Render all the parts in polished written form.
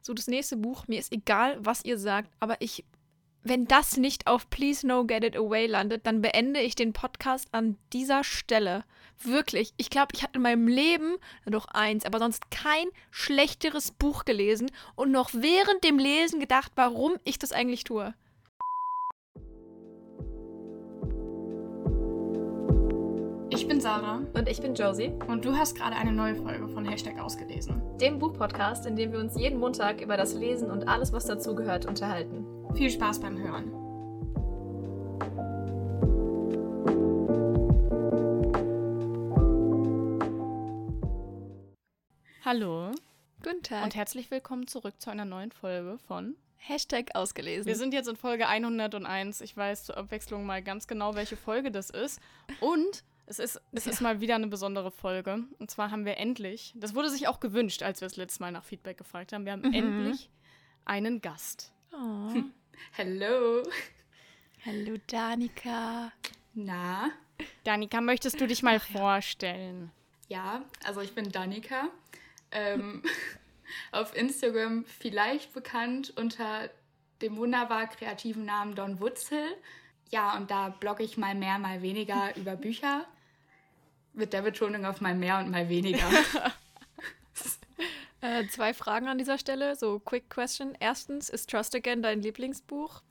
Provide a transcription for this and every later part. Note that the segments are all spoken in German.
so das nächste Buch, mir ist egal, was ihr sagt, aber wenn das nicht auf Please No Get It Away landet, dann beende ich den Podcast an dieser Stelle. Wirklich. Ich glaube, ich hatte in meinem Leben noch eins, aber sonst kein schlechteres Buch gelesen und noch während dem Lesen gedacht, warum ich das eigentlich tue. Ich bin Sarah. Und ich bin Josie. Und du hast gerade eine neue Folge von #ausgelesen. Dem Buchpodcast, in dem wir uns jeden Montag über das Lesen und alles, was dazugehört, unterhalten. Viel Spaß beim Hören. Hallo. Guten Tag. Und herzlich willkommen zurück zu einer neuen Folge von #ausgelesen. Wir sind jetzt in Folge 101. Ich weiß zur Abwechslung mal ganz genau, welche Folge das ist. Und es ist mal wieder eine besondere Folge. Und zwar haben wir endlich, das wurde sich auch gewünscht, als wir das letzte Mal nach Feedback gefragt haben, wir haben endlich einen Gast. Oh. Hallo. Hallo Danica. Na? Danica, möchtest du dich mal vorstellen? Ja, also ich bin Danica. Auf Instagram vielleicht bekannt unter dem wunderbar kreativen Namen Don Wutzel. Ja, und da blogge ich mal mehr, mal weniger über Bücher. Mit der Betonung auf mal mehr und mal weniger. 2 Fragen an dieser Stelle, so quick question. Erstens, ist Trust Again dein Lieblingsbuch?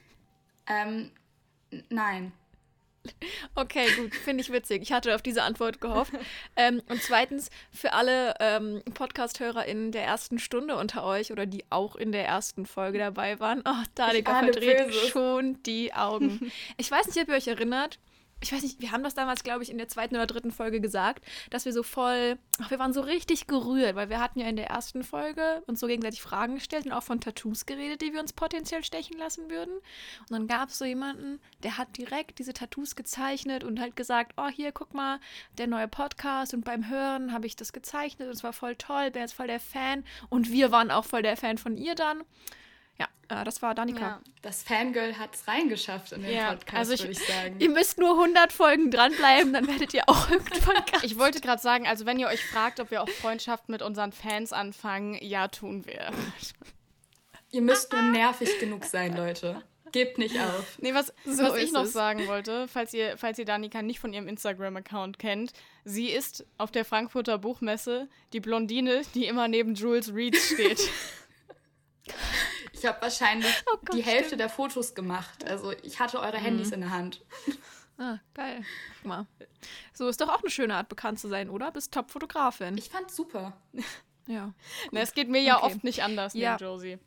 Nein. Okay, gut, finde ich witzig. Ich hatte auf diese Antwort gehofft. Und zweitens, für alle Podcast-HörerInnen der ersten Stunde unter euch oder die auch in der ersten Folge dabei waren, Danica verdreht schon die Augen. Ich weiß nicht, ob ihr euch erinnert, ich weiß nicht, wir haben das damals, glaube ich, in der 2. oder 3. Folge gesagt, dass wir wir waren so richtig gerührt, weil wir hatten ja in der ersten Folge uns so gegenseitig Fragen gestellt und auch von Tattoos geredet, die wir uns potenziell stechen lassen würden. Und dann gab es so jemanden, der hat direkt diese Tattoos gezeichnet und halt gesagt, oh, hier, guck mal, der neue Podcast, und beim Hören habe ich das gezeichnet und es war voll toll, bin jetzt voll der Fan, und wir waren auch voll der Fan von ihr dann. Ja, das war Danica. Ja, das Fangirl hat es reingeschafft in den Podcast, würde ich sagen. Ihr müsst nur 100 Folgen dranbleiben, dann werdet ihr auch irgendwann Gast. Ich wollte gerade sagen, also wenn ihr euch fragt, ob wir auch Freundschaften mit unseren Fans anfangen, ja, tun wir. Ihr müsst nur nervig genug sein, Leute. Gebt nicht auf. Nee, was ich noch sagen wollte, falls ihr Danica nicht von ihrem Instagram-Account kennt, sie ist auf der Frankfurter Buchmesse die Blondine, die immer neben Jules Reed steht. Ich habe wahrscheinlich die Hälfte der Fotos gemacht. Also ich hatte eure Handys in der Hand. Ah, geil. Guck mal. So ist doch auch eine schöne Art, bekannt zu sein, oder? Bist Top-Fotografin. Ich fand's super. Ja. Na, es geht mir ja oft nicht anders, neben Josie.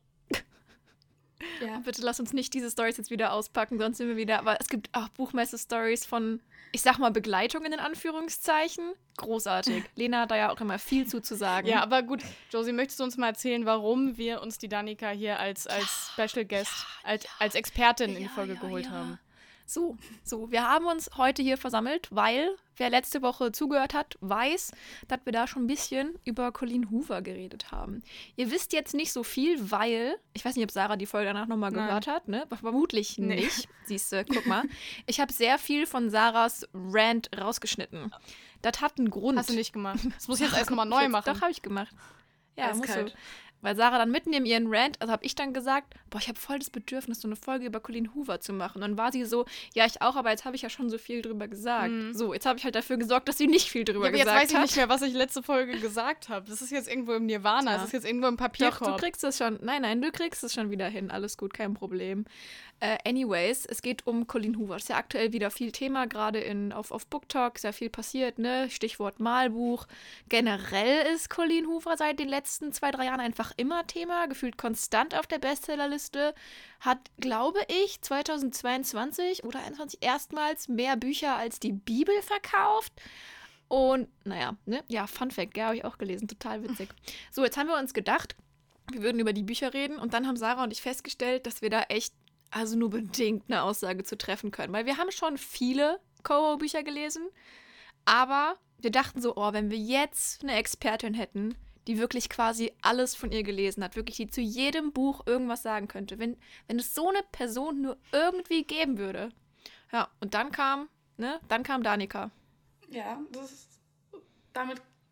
Ja. Bitte lass uns nicht diese Storys jetzt wieder auspacken, sonst sind wir wieder. Aber es gibt auch Buchmesse-Stories von, ich sag mal, Begleitungen in Anführungszeichen. Großartig. Lena hat da ja auch immer viel zu sagen. Ja, aber gut, Josie, möchtest du uns mal erzählen, warum wir uns die Danica hier als Special Guest, als Expertin in die Folge geholt haben? So, wir haben uns heute hier versammelt, weil, wer letzte Woche zugehört hat, weiß, dass wir da schon ein bisschen über Colleen Hoover geredet haben. Ihr wisst jetzt nicht so viel, weil, ich weiß nicht, ob Sarah die Folge danach nochmal gehört hat, ne? Vermutlich nicht. Siehst du, guck mal. Ich habe sehr viel von Sarahs Rant rausgeschnitten. Das hat einen Grund. Hast du nicht gemacht. Das muss ich jetzt erst nochmal neu machen. Doch, habe ich gemacht. Ja, musst du. Weil Sarah dann mitten in ihren Rant, also habe ich dann gesagt, ich habe voll das Bedürfnis, so eine Folge über Colleen Hoover zu machen. Und dann war sie so, ja, ich auch, aber jetzt habe ich ja schon so viel drüber gesagt. So, jetzt habe ich halt dafür gesorgt, dass sie nicht viel drüber gesagt hat. Jetzt weiß ich nicht mehr, was ich letzte Folge gesagt habe. Das ist jetzt irgendwo im Nirvana, das ist jetzt irgendwo im Papierkorb. Doch, du kriegst es schon. Nein, du kriegst es schon wieder hin. Alles gut, kein Problem. Anyways, es geht um Colleen Hoover. Das ist ja aktuell wieder viel Thema, gerade auf BookTok, ist ja viel passiert, ne? Stichwort Malbuch. Generell ist Colleen Hoover seit den letzten 2-3 Jahren einfach immer Thema, gefühlt konstant auf der Bestsellerliste. Hat, glaube ich, 2022 oder 2021 erstmals mehr Bücher als die Bibel verkauft. Und, naja, ne? Ja, Fun Fact, habe ich auch gelesen, total witzig. So, jetzt haben wir uns gedacht, wir würden über die Bücher reden, und dann haben Sarah und ich festgestellt, dass wir da echt nur bedingt eine Aussage zu treffen können. Weil wir haben schon viele Coho-Bücher gelesen, aber wir dachten so, wenn wir jetzt eine Expertin hätten, die wirklich quasi alles von ihr gelesen hat, wirklich die zu jedem Buch irgendwas sagen könnte, wenn es so eine Person nur irgendwie geben würde. Ja, und dann kam Danica. Ja, damit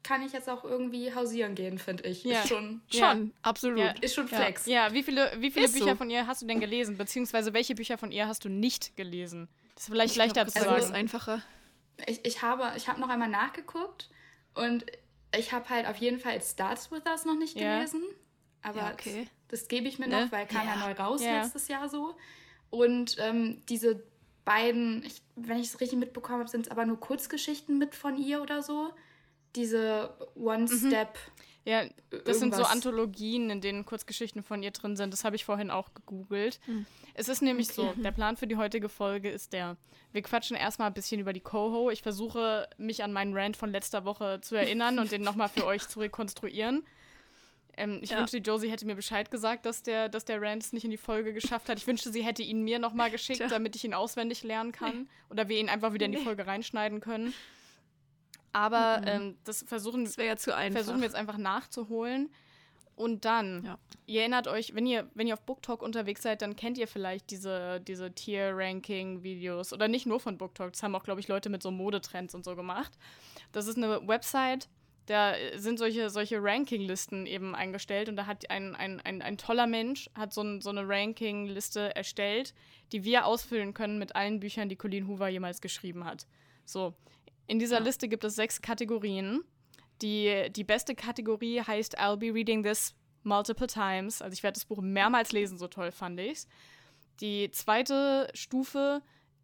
kann ich jetzt auch irgendwie hausieren gehen, finde ich. Ja. Ist schon, absolut. Ja. ist schon Flex. Ja, wie viele Ist Bücher so. von ihr hast du denn gelesen? Beziehungsweise welche Bücher von ihr hast du nicht gelesen? Das ist vielleicht Ich leichter glaub, zu das ist sagen. einfacher. Ich habe noch einmal nachgeguckt und ich habe halt auf jeden Fall It Starts With Us noch nicht Ja. gelesen. Aber Ja, okay. das gebe ich mir Ne? noch, weil kam ja Ja. neu raus Ja. letztes Jahr so. Und diese beiden, wenn ich es richtig mitbekommen habe, sind es aber nur Kurzgeschichten mit von ihr oder so. Diese One-Step. Ja, das sind so irgendwas. Anthologien, in denen Kurzgeschichten von ihr drin sind. Das habe ich vorhin auch gegoogelt. Es ist nämlich so, der Plan für die heutige Folge ist wir quatschen erstmal ein bisschen über die Coho. Ich versuche, mich an meinen Rant von letzter Woche zu erinnern und den nochmal für euch zu rekonstruieren. Ich wünschte, die Josie hätte mir Bescheid gesagt, dass der Rant es nicht in die Folge geschafft hat. Ich wünschte, sie hätte ihn mir nochmal geschickt, damit ich ihn auswendig lernen kann. Oder wir ihn einfach wieder in die Folge reinschneiden können. Aber das Das wäre ja zu einfach. versuchen wir jetzt einfach nachzuholen. Und dann, ihr erinnert euch, wenn ihr auf BookTok unterwegs seid, dann kennt ihr vielleicht diese Tier-Ranking-Videos. Oder nicht nur von BookTok, das haben auch, glaube ich, Leute mit so Modetrends und so gemacht. Das ist eine Website, da sind solche Ranking-Listen eben eingestellt. Und da hat ein toller Mensch hat so eine Ranking-Liste erstellt, die wir ausfüllen können mit allen Büchern, die Colleen Hoover jemals geschrieben hat. So, in dieser Liste gibt es 6 Kategorien. Die beste Kategorie heißt I'll be reading this multiple times. Also ich werde das Buch mehrmals lesen, so toll fand ich's. Die zweite Stufe,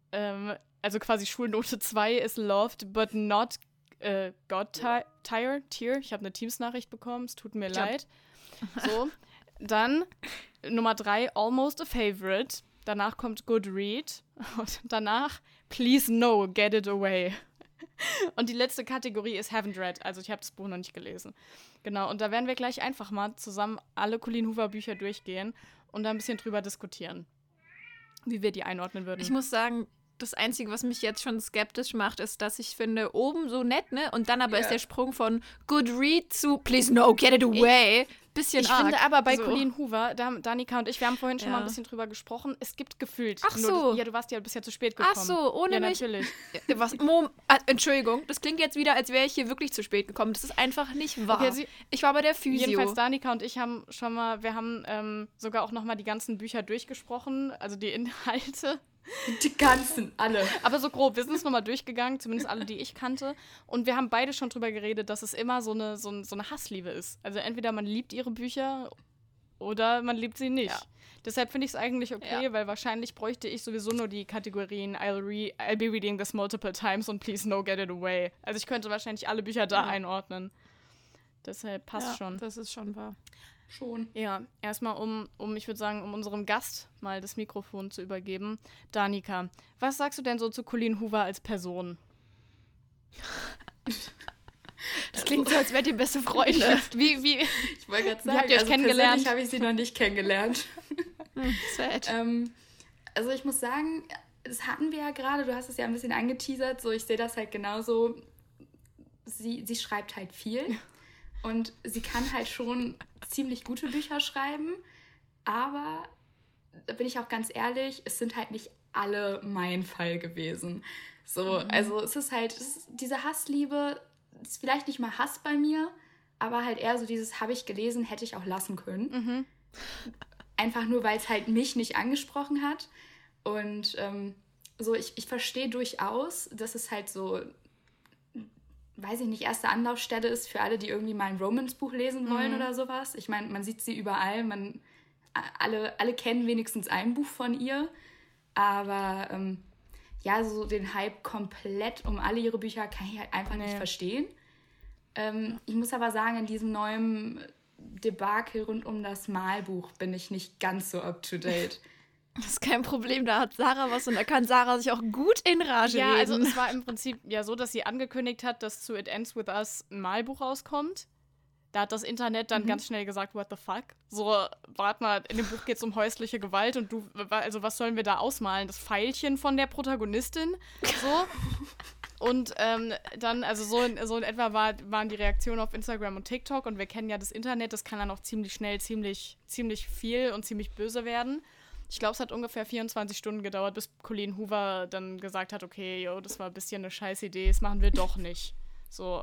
also quasi Schulnote 2, ist loved but not got tired. Ich habe eine Teams-Nachricht bekommen, es tut mir leid. So, dann Nummer 3, almost a favorite. Danach kommt good read. Und danach please no, get it away. Und die letzte Kategorie ist haven't read. Also ich habe das Buch noch nicht gelesen. Genau, und da werden wir gleich einfach mal zusammen alle Colleen Hoover Bücher durchgehen und da ein bisschen drüber diskutieren, wie wir die einordnen würden. Ich muss sagen, das Einzige, was mich jetzt schon skeptisch macht, ist, dass ich finde, oben so nett, ne? Und dann aber ist der Sprung von good read zu please no, get it away. Bisschen Ich arg. finde aber bei so. Colleen Hoover, Danica und ich, wir haben vorhin schon mal ein bisschen drüber gesprochen, es gibt gefühlt. Ach so. Ja, du warst ja bisher zu spät gekommen. Ach so, ohne ja, mich. natürlich. Entschuldigung, das klingt jetzt wieder, als wäre ich hier wirklich zu spät gekommen. Das ist einfach nicht wahr. Okay, ich war bei der Physio. Jedenfalls Danica und ich haben sogar auch noch mal die ganzen Bücher durchgesprochen, also die Inhalte. Die ganzen, alle. Aber so grob, wir sind es nochmal durchgegangen, zumindest alle, die ich kannte. Und wir haben beide schon drüber geredet, dass es immer so eine Hassliebe ist. Also entweder man liebt ihre Bücher oder man liebt sie nicht. Ja. Deshalb finde ich es eigentlich okay, weil wahrscheinlich bräuchte ich sowieso nur die Kategorien I'll be reading this multiple times und please no, get it away. Also ich könnte wahrscheinlich alle Bücher da einordnen. Deshalb passt schon. Das ist schon wahr. Schon. Ja, erstmal ich würde sagen, um unserem Gast mal das Mikrofon zu übergeben. Danica, was sagst du denn so zu Colleen Hoover als Person? Das klingt so, als wärt ihr beste Freunde. Wie Ich wollte gerade sagen, habt ihr euch kennengelernt? persönlich habe ich sie noch nicht kennengelernt. Sad. Also ich muss sagen, das hatten wir ja gerade, du hast es ja ein bisschen angeteasert, so ich sehe das halt genauso. Sie schreibt halt viel und sie kann halt schon ziemlich gute Bücher schreiben, aber da bin ich auch ganz ehrlich, es sind halt nicht alle mein Fall gewesen. So, also es ist diese Hassliebe, ist vielleicht nicht mal Hass bei mir, aber halt eher so dieses habe ich gelesen, hätte ich auch lassen können. Einfach nur, weil es halt mich nicht angesprochen hat. Und so, ich verstehe durchaus, dass es halt so, weiß ich nicht, erste Anlaufstelle ist für alle, die irgendwie mal ein Romance-Buch lesen wollen oder sowas. Ich meine, man sieht sie überall, alle kennen wenigstens ein Buch von ihr. Aber ja, so den Hype komplett um alle ihre Bücher kann ich halt einfach nicht verstehen. Ich muss aber sagen, in diesem neuen Debakel rund um das Malbuch bin ich nicht ganz so up-to-date. Das ist kein Problem, da hat Sarah was und da kann Sarah sich auch gut in Rage Ja, also reden. es war im Prinzip ja so, dass sie angekündigt hat, dass zu It Ends With Us ein Malbuch rauskommt. Da hat das Internet dann ganz schnell gesagt, what the fuck? So, warte mal, in dem Buch geht es um häusliche Gewalt und also was sollen wir da ausmalen? Das Pfeilchen von der Protagonistin? So. Und dann, also so in etwa waren die Reaktionen auf Instagram und TikTok und wir kennen ja das Internet, das kann dann auch ziemlich schnell ziemlich viel und ziemlich böse werden. Ich glaube, es hat ungefähr 24 Stunden gedauert, bis Colleen Hoover dann gesagt hat, okay, das war ein bisschen eine scheiß Idee, das machen wir doch nicht. So.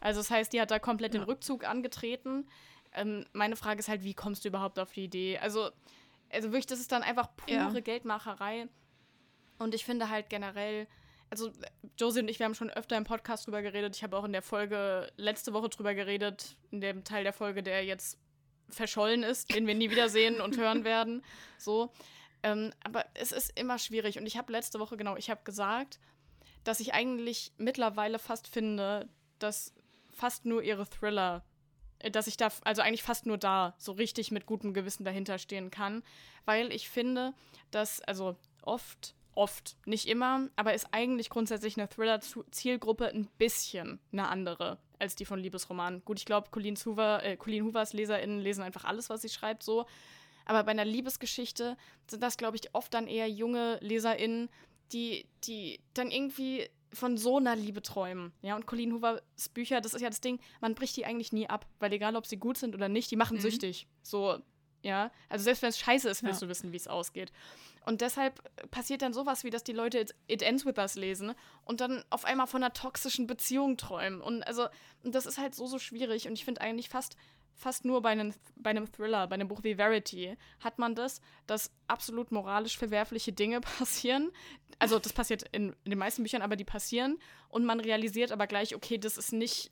Also das heißt, die hat da komplett den Rückzug angetreten. Meine Frage ist halt, wie kommst du überhaupt auf die Idee? Also wirklich, das ist dann einfach pure Geldmacherei. Und ich finde halt generell, also Josie und ich, wir haben schon öfter im Podcast drüber geredet. Ich habe auch in der Folge letzte Woche drüber geredet, in dem Teil der Folge, der jetzt verschollen ist, den wir nie wiedersehen und hören werden. So. Aber es ist immer schwierig. Und ich habe letzte Woche, ich habe gesagt, dass ich eigentlich mittlerweile fast finde, dass fast nur ihre Thriller, dass ich da, also eigentlich fast nur da so richtig mit gutem Gewissen dahinter stehen kann. Weil ich finde, dass, also oft, nicht immer, aber ist eigentlich grundsätzlich eine Thriller-Zielgruppe ein bisschen eine andere als die von Liebesromanen. Gut, ich glaube, Colleen Hoovers LeserInnen lesen einfach alles, was sie schreibt, so. Aber bei einer Liebesgeschichte sind das, glaube ich, oft dann eher junge LeserInnen, die dann irgendwie von so einer Liebe träumen. Ja, und Colleen Hoovers Bücher, das ist ja das Ding, man bricht die eigentlich nie ab, weil egal, ob sie gut sind oder nicht, die machen süchtig. So, ja. Also selbst wenn es scheiße ist, willst du wissen, wie es ausgeht. Und deshalb passiert dann sowas wie, dass die Leute It Ends With Us lesen und dann auf einmal von einer toxischen Beziehung träumen. Und das ist halt so schwierig. Und ich finde eigentlich fast nur bei einem Thriller, bei einem Buch wie Verity, hat man das, dass absolut moralisch verwerfliche Dinge passieren. Also das passiert in den meisten Büchern, aber die passieren. Und man realisiert aber gleich, okay, das ist nicht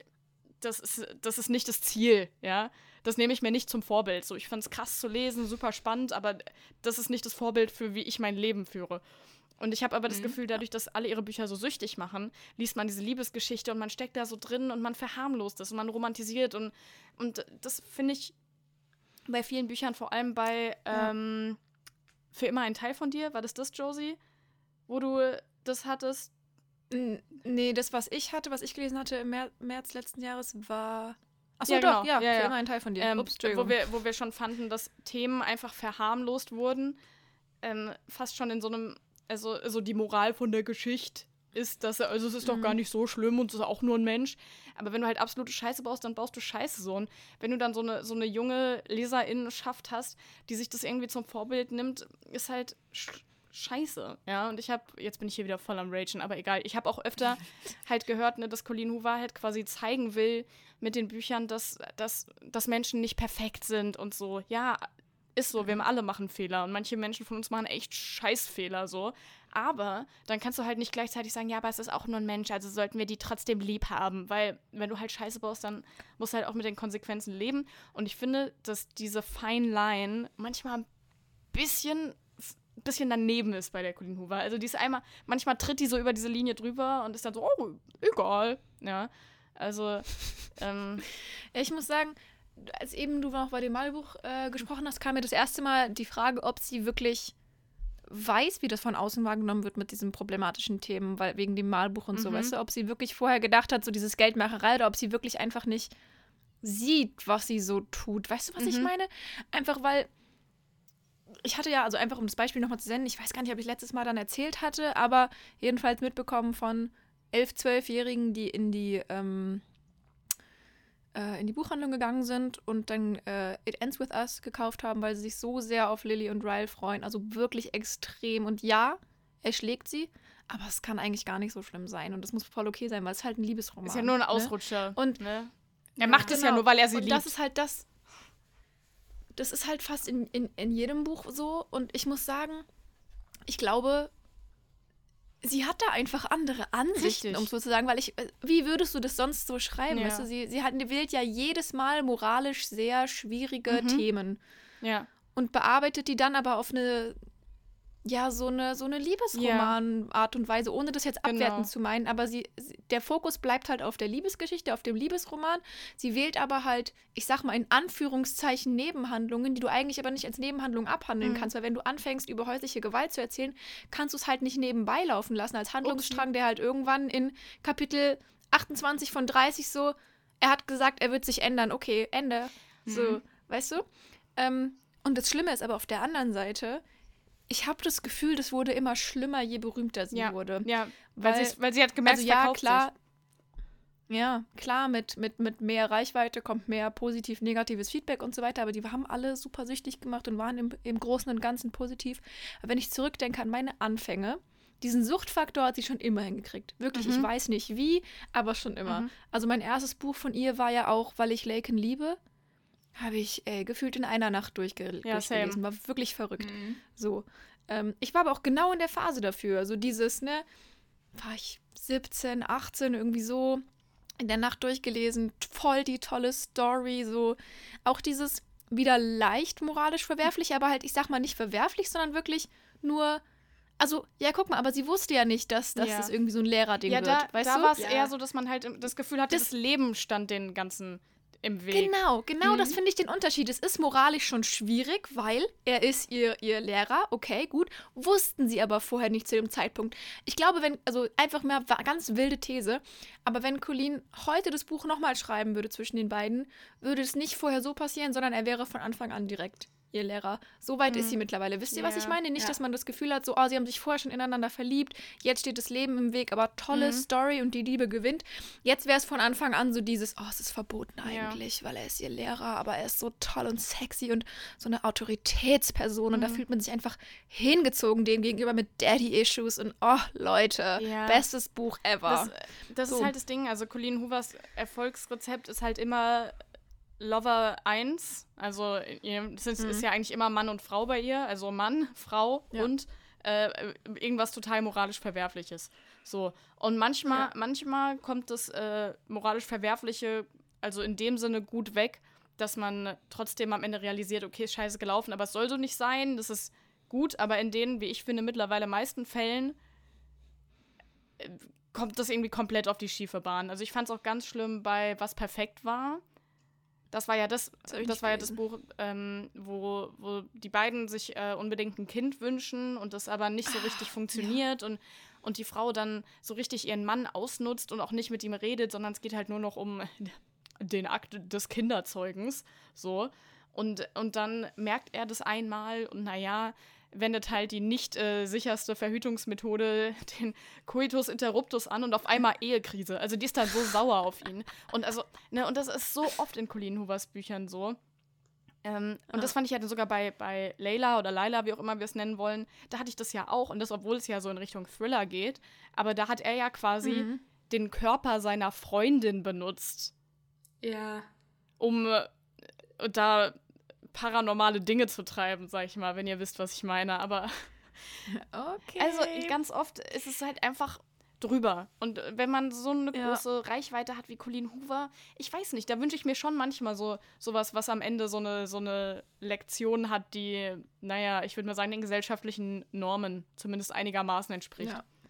das Ziel, ja. Das nehme ich mir nicht zum Vorbild. So, ich fand es krass zu lesen, super spannend, aber das ist nicht das Vorbild für, wie ich mein Leben führe. Und ich habe aber das Gefühl, dadurch, dass alle ihre Bücher so süchtig machen, liest man diese Liebesgeschichte und man steckt da so drin und man verharmlost es und man romantisiert und das finde ich bei vielen Büchern, vor allem bei Für immer ein Teil von dir, war das Josie? Wo du das hattest? Nee, das, was ich gelesen hatte im März letzten Jahres, war... Achso, ja, doch, genau. Für immer ein Teil von dir. Ups, wo wir schon fanden, dass Themen einfach verharmlost wurden. Fast schon in so einem, also die Moral von der Geschichte ist, dass es ist doch gar nicht so schlimm und es ist auch nur ein Mensch. Aber wenn du halt absolute Scheiße baust, dann baust du Scheiße so. Und wenn du dann so eine junge Leserinnenschaft hast, die sich das irgendwie zum Vorbild nimmt, ist halt scheiße, ja, und jetzt bin ich hier wieder voll am Ragen, aber egal, ich habe auch öfter halt gehört, ne, dass Colleen Hoover halt quasi zeigen will mit den Büchern, dass Menschen nicht perfekt sind und so, ja, ist so, wir alle machen Fehler und manche Menschen von uns machen echt Scheißfehler, so, aber dann kannst du halt nicht gleichzeitig sagen, ja, aber es ist auch nur ein Mensch, also sollten wir die trotzdem lieb haben, weil wenn du halt Scheiße baust, dann musst du halt auch mit den Konsequenzen leben und ich finde, dass diese Fine Line manchmal ein bisschen daneben ist bei der Colleen Hoover. Also die ist manchmal tritt die so über diese Linie drüber und ist dann so, oh, egal. Ja, also, ich muss sagen, als eben du noch bei dem Malbuch gesprochen hast, kam mir das erste Mal die Frage, ob sie wirklich weiß, wie das von außen wahrgenommen wird mit diesen problematischen Themen, weil wegen dem Malbuch und so, weißt du, ob sie wirklich vorher gedacht hat, so dieses Geldmacherei, oder ob sie wirklich einfach nicht sieht, was sie so tut. Weißt du, was ich meine? Einfach weil ich hatte ja, also einfach um das Beispiel nochmal zu senden, ich weiß gar nicht, ob ich letztes Mal dann erzählt hatte, aber jedenfalls mitbekommen von 11-, 12-Jährigen, die in die Buchhandlung gegangen sind und dann It Ends With Us gekauft haben, weil sie sich so sehr auf Lily und Ryle freuen. Also wirklich extrem. Und ja, er schlägt sie, aber es kann eigentlich gar nicht so schlimm sein. Und das muss voll okay sein, weil es halt ein Liebesroman ist. Ist ja nur ein Ausrutscher. Ne? Und er macht es ja nur, weil er sie liebt. Das ist halt das ist halt fast in jedem Buch so. Und ich muss sagen, ich glaube, sie hat da einfach andere Ansichten, um es so zu sagen. Weil wie würdest du das sonst so schreiben? Ja. Weißt du, sie wählt ja jedes Mal moralisch sehr schwierige Themen. Ja. Und bearbeitet die dann aber auf so eine Liebesroman-Art und Weise, ohne das jetzt abwertend zu meinen, aber der Fokus bleibt halt auf der Liebesgeschichte, auf dem Liebesroman. Sie wählt aber halt, ich sag mal in Anführungszeichen, Nebenhandlungen, die du eigentlich aber nicht als Nebenhandlung abhandeln kannst, weil wenn du anfängst, über häusliche Gewalt zu erzählen, kannst du es halt nicht nebenbei laufen lassen als Handlungsstrang, der halt irgendwann in Kapitel 28 von 30 so, er hat gesagt, er wird sich ändern, okay, Ende. So, weißt du? Und das Schlimme ist aber auf der anderen Seite, ich habe das Gefühl, das wurde immer schlimmer, je berühmter sie wurde. Ja, weil sie hat gemerkt, also ja, klar, sich. Ja, klar, mit mehr Reichweite kommt mehr positiv-negatives Feedback und so weiter, aber die haben alle super süchtig gemacht und waren im Großen und Ganzen positiv. Aber wenn ich zurückdenke an meine Anfänge, diesen Suchtfaktor hat sie schon immer hingekriegt. Wirklich, ich weiß nicht wie, aber schon immer. Also mein erstes Buch von ihr war ja auch, weil ich Laken liebe, habe ich gefühlt in einer Nacht durchgelesen. War wirklich verrückt. So. Ich war aber auch genau in der Phase dafür. So dieses, ne, war ich 17, 18, irgendwie so in der Nacht durchgelesen. Voll die tolle Story. So auch dieses wieder leicht moralisch verwerflich, aber halt, ich sag mal, nicht verwerflich, sondern wirklich nur. Also, ja, guck mal, aber sie wusste ja nicht, dass das irgendwie so ein Lehrerding wird, weißt du? Da war es eher so, dass man halt das Gefühl hatte, das Leben stand den Ganzen im Weg. Genau, das finde ich den Unterschied. Es ist moralisch schon schwierig, weil er ist ihr Lehrer, okay, gut, wussten sie aber vorher nicht zu dem Zeitpunkt. Ich glaube, also einfach mal ganz wilde These, aber wenn Colleen heute das Buch nochmal schreiben würde zwischen den beiden, würde es nicht vorher so passieren, sondern er wäre von Anfang an direkt ihr Lehrer. So weit ist sie mittlerweile. Wisst ihr, was ich meine? Nicht, dass man das Gefühl hat, so, sie haben sich vorher schon ineinander verliebt, jetzt steht das Leben im Weg, aber tolle Story und die Liebe gewinnt. Jetzt wäre es von Anfang an so dieses, es ist verboten eigentlich, weil er ist ihr Lehrer, aber er ist so toll und sexy und so eine Autoritätsperson und da fühlt man sich einfach hingezogen dem gegenüber mit Daddy-Issues und Leute, bestes Buch ever. Das ist halt das Ding, also Colleen Hoovers Erfolgsrezept ist halt immer Lover 1, also es ist ja eigentlich immer Mann und Frau bei ihr, also Mann, Frau und irgendwas total moralisch Verwerfliches. So. Und manchmal kommt das moralisch Verwerfliche, also in dem Sinne gut weg, dass man trotzdem am Ende realisiert, okay, ist scheiße gelaufen, aber es soll so nicht sein, das ist gut, aber in den, wie ich finde, mittlerweile meisten Fällen kommt das irgendwie komplett auf die schiefe Bahn. Also ich fand es auch ganz schlimm bei Was perfekt war. Das war ja das Buch, wo die beiden sich unbedingt ein Kind wünschen und das aber nicht so richtig funktioniert und die Frau dann so richtig ihren Mann ausnutzt und auch nicht mit ihm redet, sondern es geht halt nur noch um den Akt des Kinderzeugens. So. Und dann merkt er das einmal und wendet halt die nicht sicherste Verhütungsmethode, den Coitus interruptus an und auf einmal Ehekrise. Also die ist dann so sauer auf ihn. Und und das ist so oft in Colleen Hoovers Büchern so. Und das fand ich halt sogar bei Layla oder Laila, wie auch immer wir es nennen wollen, da hatte ich das ja auch. Und das, obwohl es ja so in Richtung Thriller geht. Aber da hat er ja quasi den Körper seiner Freundin benutzt. Ja. Um da paranormale Dinge zu treiben, sag ich mal, wenn ihr wisst, was ich meine. Aber okay. Also ganz oft ist es halt einfach drüber. Und wenn man so eine große Reichweite hat wie Colleen Hoover, ich weiß nicht, da wünsche ich mir schon manchmal sowas, was am Ende so eine Lektion hat, die, ich würde mal sagen, den gesellschaftlichen Normen zumindest einigermaßen entspricht.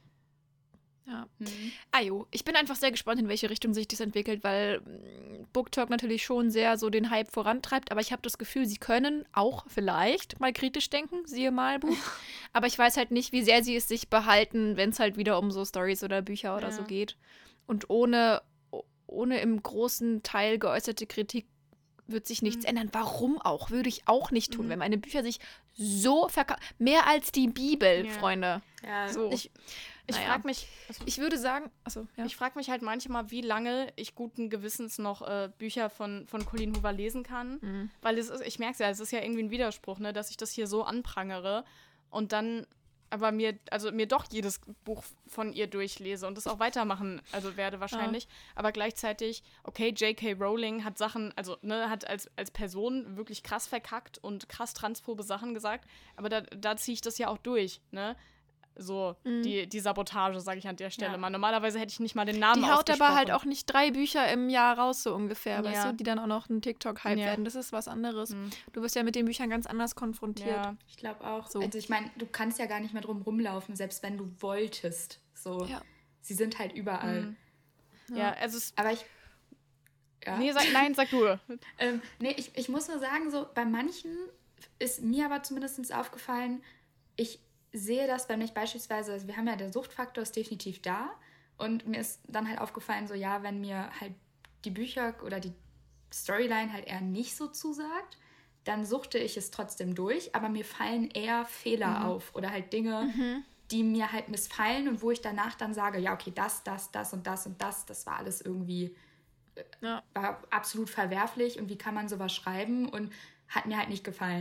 Ja. Ich bin einfach sehr gespannt, in welche Richtung sich das entwickelt, weil BookTok natürlich schon sehr so den Hype vorantreibt, aber ich habe das Gefühl, sie können auch vielleicht mal kritisch denken, siehe Malbuch, aber ich weiß halt nicht, wie sehr sie es sich behalten, wenn es halt wieder um so Stories oder Bücher oder so geht. Und ohne im großen Teil geäußerte Kritik wird sich nichts ändern. Warum auch? Würde ich auch nicht tun, wenn meine Bücher sich so verkaufen. Mehr als die Bibel, Freunde. Ja, so. Ich frage mich, ich würde sagen, ich frage mich halt manchmal, wie lange ich guten Gewissens noch Bücher von Colleen Hoover lesen kann, weil ich merke es ja, es ist ja irgendwie ein Widerspruch, ne, dass ich das hier so anprangere und dann aber mir doch jedes Buch von ihr durchlese und das auch weitermachen werde wahrscheinlich, aber gleichzeitig, okay, J.K. Rowling hat Sachen, hat als Person wirklich krass verkackt und krass transphobe Sachen gesagt, aber da ziehe ich das ja auch durch, ne? So, die Sabotage, sage ich an der Stelle mal. Normalerweise hätte ich nicht mal den Namen ausgesprochen. Die haut aber halt auch nicht 3 Bücher im Jahr raus, so ungefähr, weißt du, die dann auch noch ein TikTok-Hype werden. Das ist was anderes. Du wirst ja mit den Büchern ganz anders konfrontiert. Ja, ich glaube auch. So. Also ich meine, du kannst ja gar nicht mehr drum rumlaufen, selbst wenn du wolltest. So, sie sind halt überall. Aber ich... Ja. Nee, sag du. Ich muss nur sagen, so bei manchen ist mir aber zumindest aufgefallen, ich sehe das, wenn ich beispielsweise, also wir haben ja, der Suchtfaktor ist definitiv da und mir ist dann halt aufgefallen, so wenn mir halt die Bücher oder die Storyline halt eher nicht so zusagt, dann suchte ich es trotzdem durch, aber mir fallen eher Fehler auf oder halt Dinge, die mir halt missfallen und wo ich danach dann sage, ja okay, das und das war alles irgendwie, war absolut verwerflich und wie kann man sowas schreiben und hat mir halt nicht gefallen.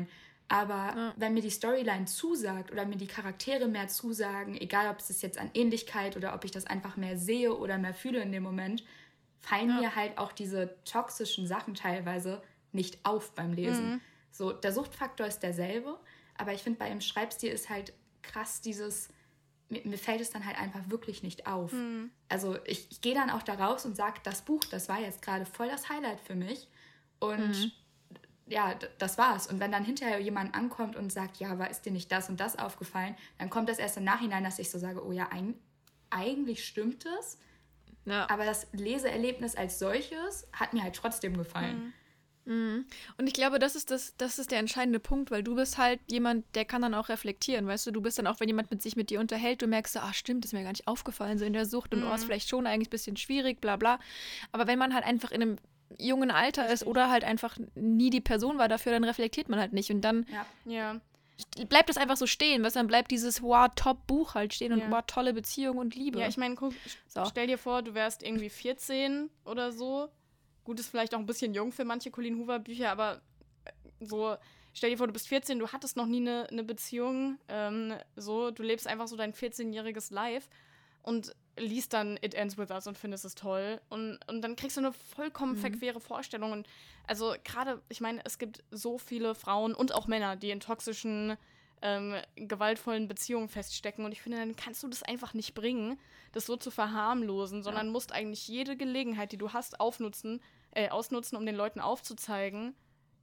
Aber wenn mir die Storyline zusagt oder mir die Charaktere mehr zusagen, egal ob es jetzt an Ähnlichkeit oder ob ich das einfach mehr sehe oder mehr fühle in dem Moment, fallen mir halt auch diese toxischen Sachen teilweise nicht auf beim Lesen. So, der Suchtfaktor ist derselbe, aber ich finde, bei dem Schreibstil ist halt krass mir fällt es dann halt einfach wirklich nicht auf. Also ich gehe dann auch da raus und sage, das Buch, das war jetzt gerade voll das Highlight für mich. Und ja, das war's. Und wenn dann hinterher jemand ankommt und sagt, ja, aber ist dir nicht das und das aufgefallen, dann kommt das erst im Nachhinein, dass ich so sage, oh ja, eigentlich stimmt es. Ja. Aber das Leseerlebnis als solches hat mir halt trotzdem gefallen. Und ich glaube, das ist der entscheidende Punkt, weil du bist halt jemand, der kann dann auch reflektieren, weißt du bist dann auch, wenn jemand sich mit dir unterhält, du merkst so, stimmt, ist mir gar nicht aufgefallen, so in der Sucht und ist vielleicht schon eigentlich ein bisschen schwierig, bla bla, aber wenn man halt einfach in einem jungen Alter ist oder halt einfach nie die Person war dafür, dann reflektiert man halt nicht und dann bleibt das einfach so stehen, weißt du, dann bleibt dieses Top-Buch halt stehen und tolle Beziehung und Liebe. Ja, ich meine, stell dir vor, du wärst irgendwie 14 oder so. Gut, ist vielleicht auch ein bisschen jung für manche Colleen Hoover-Bücher, aber so, stell dir vor, du bist 14, du hattest noch nie eine Beziehung, du lebst einfach so dein 14-jähriges Life und liest dann It Ends With Us und findest es toll und dann kriegst du eine vollkommen verquere Vorstellung und also gerade, ich meine, es gibt so viele Frauen und auch Männer, die in toxischen, gewaltvollen Beziehungen feststecken und ich finde, dann kannst du das einfach nicht bringen, das so zu verharmlosen, sondern musst eigentlich jede Gelegenheit, die du hast, ausnutzen, um den Leuten aufzuzeigen,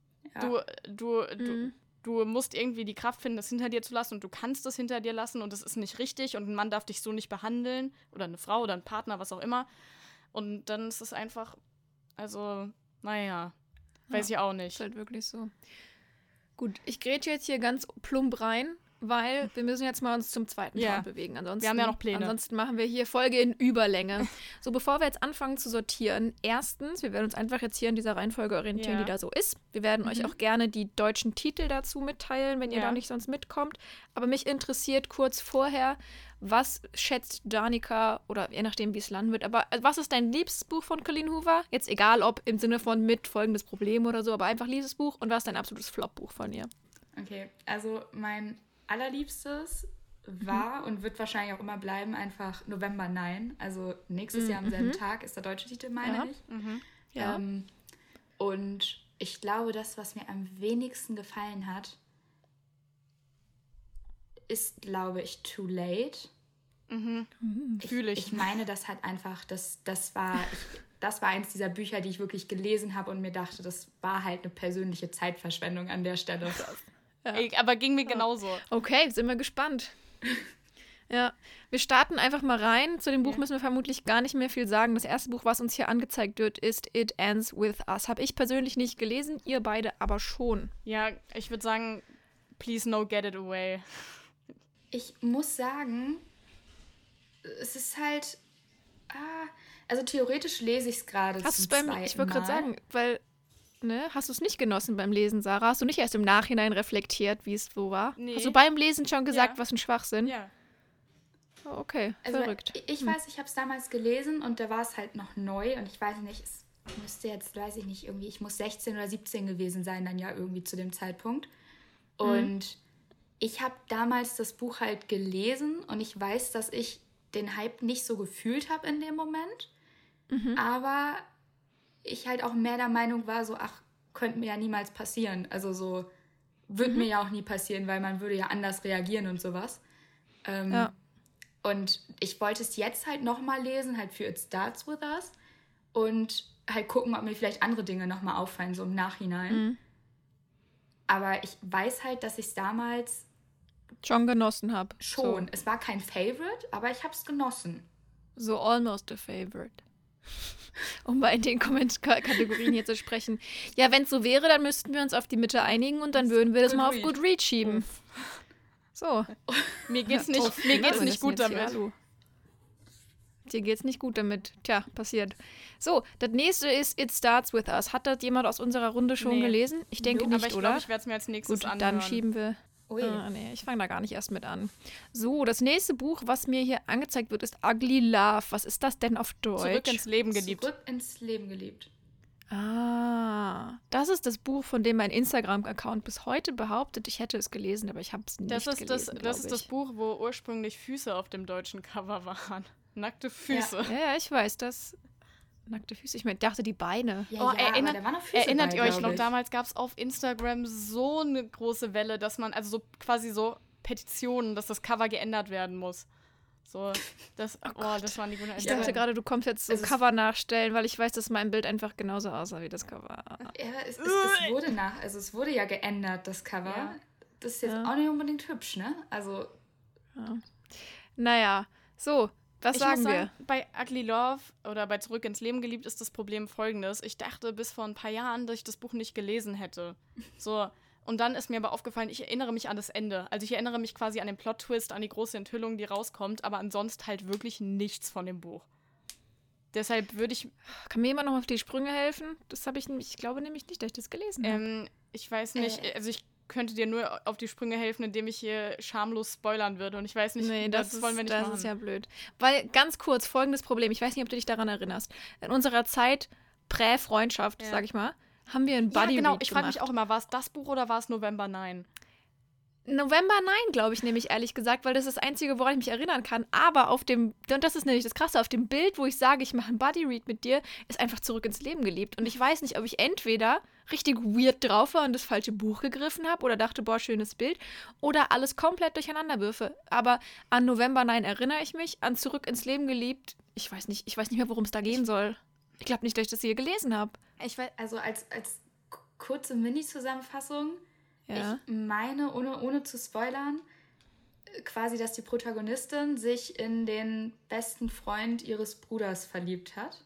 du musst irgendwie die Kraft finden, das hinter dir zu lassen und du kannst das hinter dir lassen und das ist nicht richtig und ein Mann darf dich so nicht behandeln oder eine Frau oder ein Partner, was auch immer. Und dann ist es einfach, also, naja, weiß ich auch nicht. Ist halt wirklich so. Gut, ich grätsche jetzt hier ganz plump rein, weil wir müssen jetzt mal uns zum zweiten Part bewegen. Ansonsten, wir haben ja noch Pläne. Ansonsten machen wir hier Folge in Überlänge. So, bevor wir jetzt anfangen zu sortieren, erstens, wir werden uns einfach jetzt hier in dieser Reihenfolge orientieren, die da so ist. Wir werden euch auch gerne die deutschen Titel dazu mitteilen, wenn ihr da nicht sonst mitkommt. Aber mich interessiert kurz vorher, was schätzt Danica, oder je nachdem, wie es landen wird, aber was ist dein liebstes Buch von Colleen Hoover? Jetzt egal, ob im Sinne von mit folgendes Problem oder so, aber einfach liebstes Buch. Und was ist dein absolutes Flop-Buch von ihr? Okay, also mein allerliebstes war und wird wahrscheinlich auch immer bleiben, einfach November 9. Also nächstes Jahr am selben Tag ist der deutsche Titel, meine ich. Und ich glaube, das, was mir am wenigsten gefallen hat, ist, glaube ich, Too Late. Fühle ich. Ich meine, das hat einfach, das war eins dieser Bücher, die ich wirklich gelesen habe und mir dachte, das war halt eine persönliche Zeitverschwendung an der Stelle. Ja. Aber ging mir genauso. Okay, sind wir gespannt. Ja, wir starten einfach mal rein. Zu dem Buch müssen wir vermutlich gar nicht mehr viel sagen. Das erste Buch, was uns hier angezeigt wird, ist It Ends With Us. Habe ich persönlich nicht gelesen, ihr beide aber schon. Ja, ich würde sagen, please no, get it away. Ich muss sagen, es ist halt, also theoretisch lese ich es gerade zum zweiten Mal. Ich wollte gerade sagen, weil, hast du es nicht genossen beim Lesen, Sarah? Hast du nicht erst im Nachhinein reflektiert, wie es wo war? Nee. Hast du beim Lesen schon gesagt, was ein Schwachsinn? Ja. Oh, okay, also verrückt. Ich weiß, ich habe es damals gelesen und da war es halt noch neu und ich weiß nicht, es müsste jetzt, weiß ich nicht, irgendwie, ich muss 16 oder 17 gewesen sein dann ja irgendwie zu dem Zeitpunkt. Und ich habe damals das Buch halt gelesen und ich weiß, dass ich den Hype nicht so gefühlt habe in dem Moment. Aber ich halt auch mehr der Meinung war, so, könnte mir ja niemals passieren. Also so, wird mir ja auch nie passieren, weil man würde ja anders reagieren und sowas. Und ich wollte es jetzt halt nochmal lesen, halt für It Starts With Us und halt gucken, ob mir vielleicht andere Dinge nochmal auffallen, so im Nachhinein. Aber ich weiß halt, dass ich es damals schon genossen habe. Schon. So. Es war kein Favorite, aber ich habe es genossen. So almost a favorite. Um mal in den Kategorien hier zu sprechen. Ja, wenn es so wäre, dann müssten wir uns auf die Mitte einigen und dann würden wir das mal auf Goodreads schieben. So. Mir geht's nicht gut damit. Dir geht's nicht gut damit. Tja, passiert. So, das nächste ist It Starts With Us. Hat das jemand aus unserer Runde schon gelesen? Ich denke nicht, aber ich glaube, ich werde es mir als nächstes anhören. Dann schieben wir... ich fange da gar nicht erst mit an. So, das nächste Buch, was mir hier angezeigt wird, ist Ugly Love. Was ist das denn auf Deutsch? Zurück ins Leben geliebt. Zurück ins Leben geliebt. Das ist das Buch, von dem mein Instagram-Account bis heute behauptet, ich hätte es gelesen, aber ich habe es nicht gelesen, Das ist das Buch, wo ursprünglich Füße auf dem deutschen Cover waren. Nackte Füße. Ja, ich weiß, das nackte Füße. Ich dachte, die Beine. Ja, Oh, aber da waren noch Füße erinnert bei, ihr euch glaub noch, ich. damals gab es auf Instagram so eine große Welle, dass man, also so quasi so Petitionen, dass das Cover geändert werden muss. So, das waren die guten Ich dachte gerade, du kommst jetzt so Es ist- Cover nachstellen, weil ich weiß, dass mein Bild einfach genauso aussah wie das Cover. Ja, es wurde ja geändert, das Cover. Ja. Das ist jetzt auch nicht unbedingt hübsch, ne? Also, Naja, so, was Ich sagen muss wir? sagen, bei Ugly Love oder bei Zurück ins Leben geliebt ist das Problem folgendes. Ich dachte bis vor ein paar Jahren, dass ich das Buch nicht gelesen hätte. So, und dann ist mir aber aufgefallen, ich erinnere mich an das Ende. Also ich erinnere mich quasi an den Plot-Twist, an die große Enthüllung, die rauskommt, aber ansonsten halt wirklich nichts von dem Buch. Deshalb würde ich, Kann mir jemand noch auf die Sprünge helfen? Das habe ich glaube nämlich nicht, dass ich das gelesen habe. ich weiß nicht, also ich könnte dir nur auf die Sprünge helfen, indem ich hier schamlos spoilern würde. Und ich weiß nicht, Nee, das wollen wir nicht machen. ist ja blöd. Weil, ganz kurz, folgendes Problem. Ich weiß nicht, ob du dich daran erinnerst. In unserer Zeit Prä-Freundschaft, sag ich mal, haben wir ein Buddy-Read genau. Ich frage gemacht. mich auch immer, war es das Buch oder war es November 9? November, nein, glaube ich nämlich, ehrlich gesagt, weil das ist das Einzige, woran ich mich erinnern kann. Aber auf dem, und das ist nämlich das Krasse, auf dem Bild, wo ich sage, ich mache ein Buddy-Read mit dir, ist einfach Zurück ins Leben geliebt. Und ich weiß nicht, ob ich entweder richtig weird drauf war und das falsche Buch gegriffen habe oder dachte, boah, schönes Bild, oder alles komplett durcheinander würfe. Aber an November, nein, erinnere ich mich, an Zurück ins Leben geliebt, ich weiß nicht mehr, worum es da gehen soll. Ich glaube nicht, dass ich das hier gelesen habe. ich weiß, also als kurze Mini-Zusammenfassung, Ja. ich meine, ohne zu spoilern, quasi, dass die Protagonistin sich in den besten Freund ihres Bruders verliebt hat.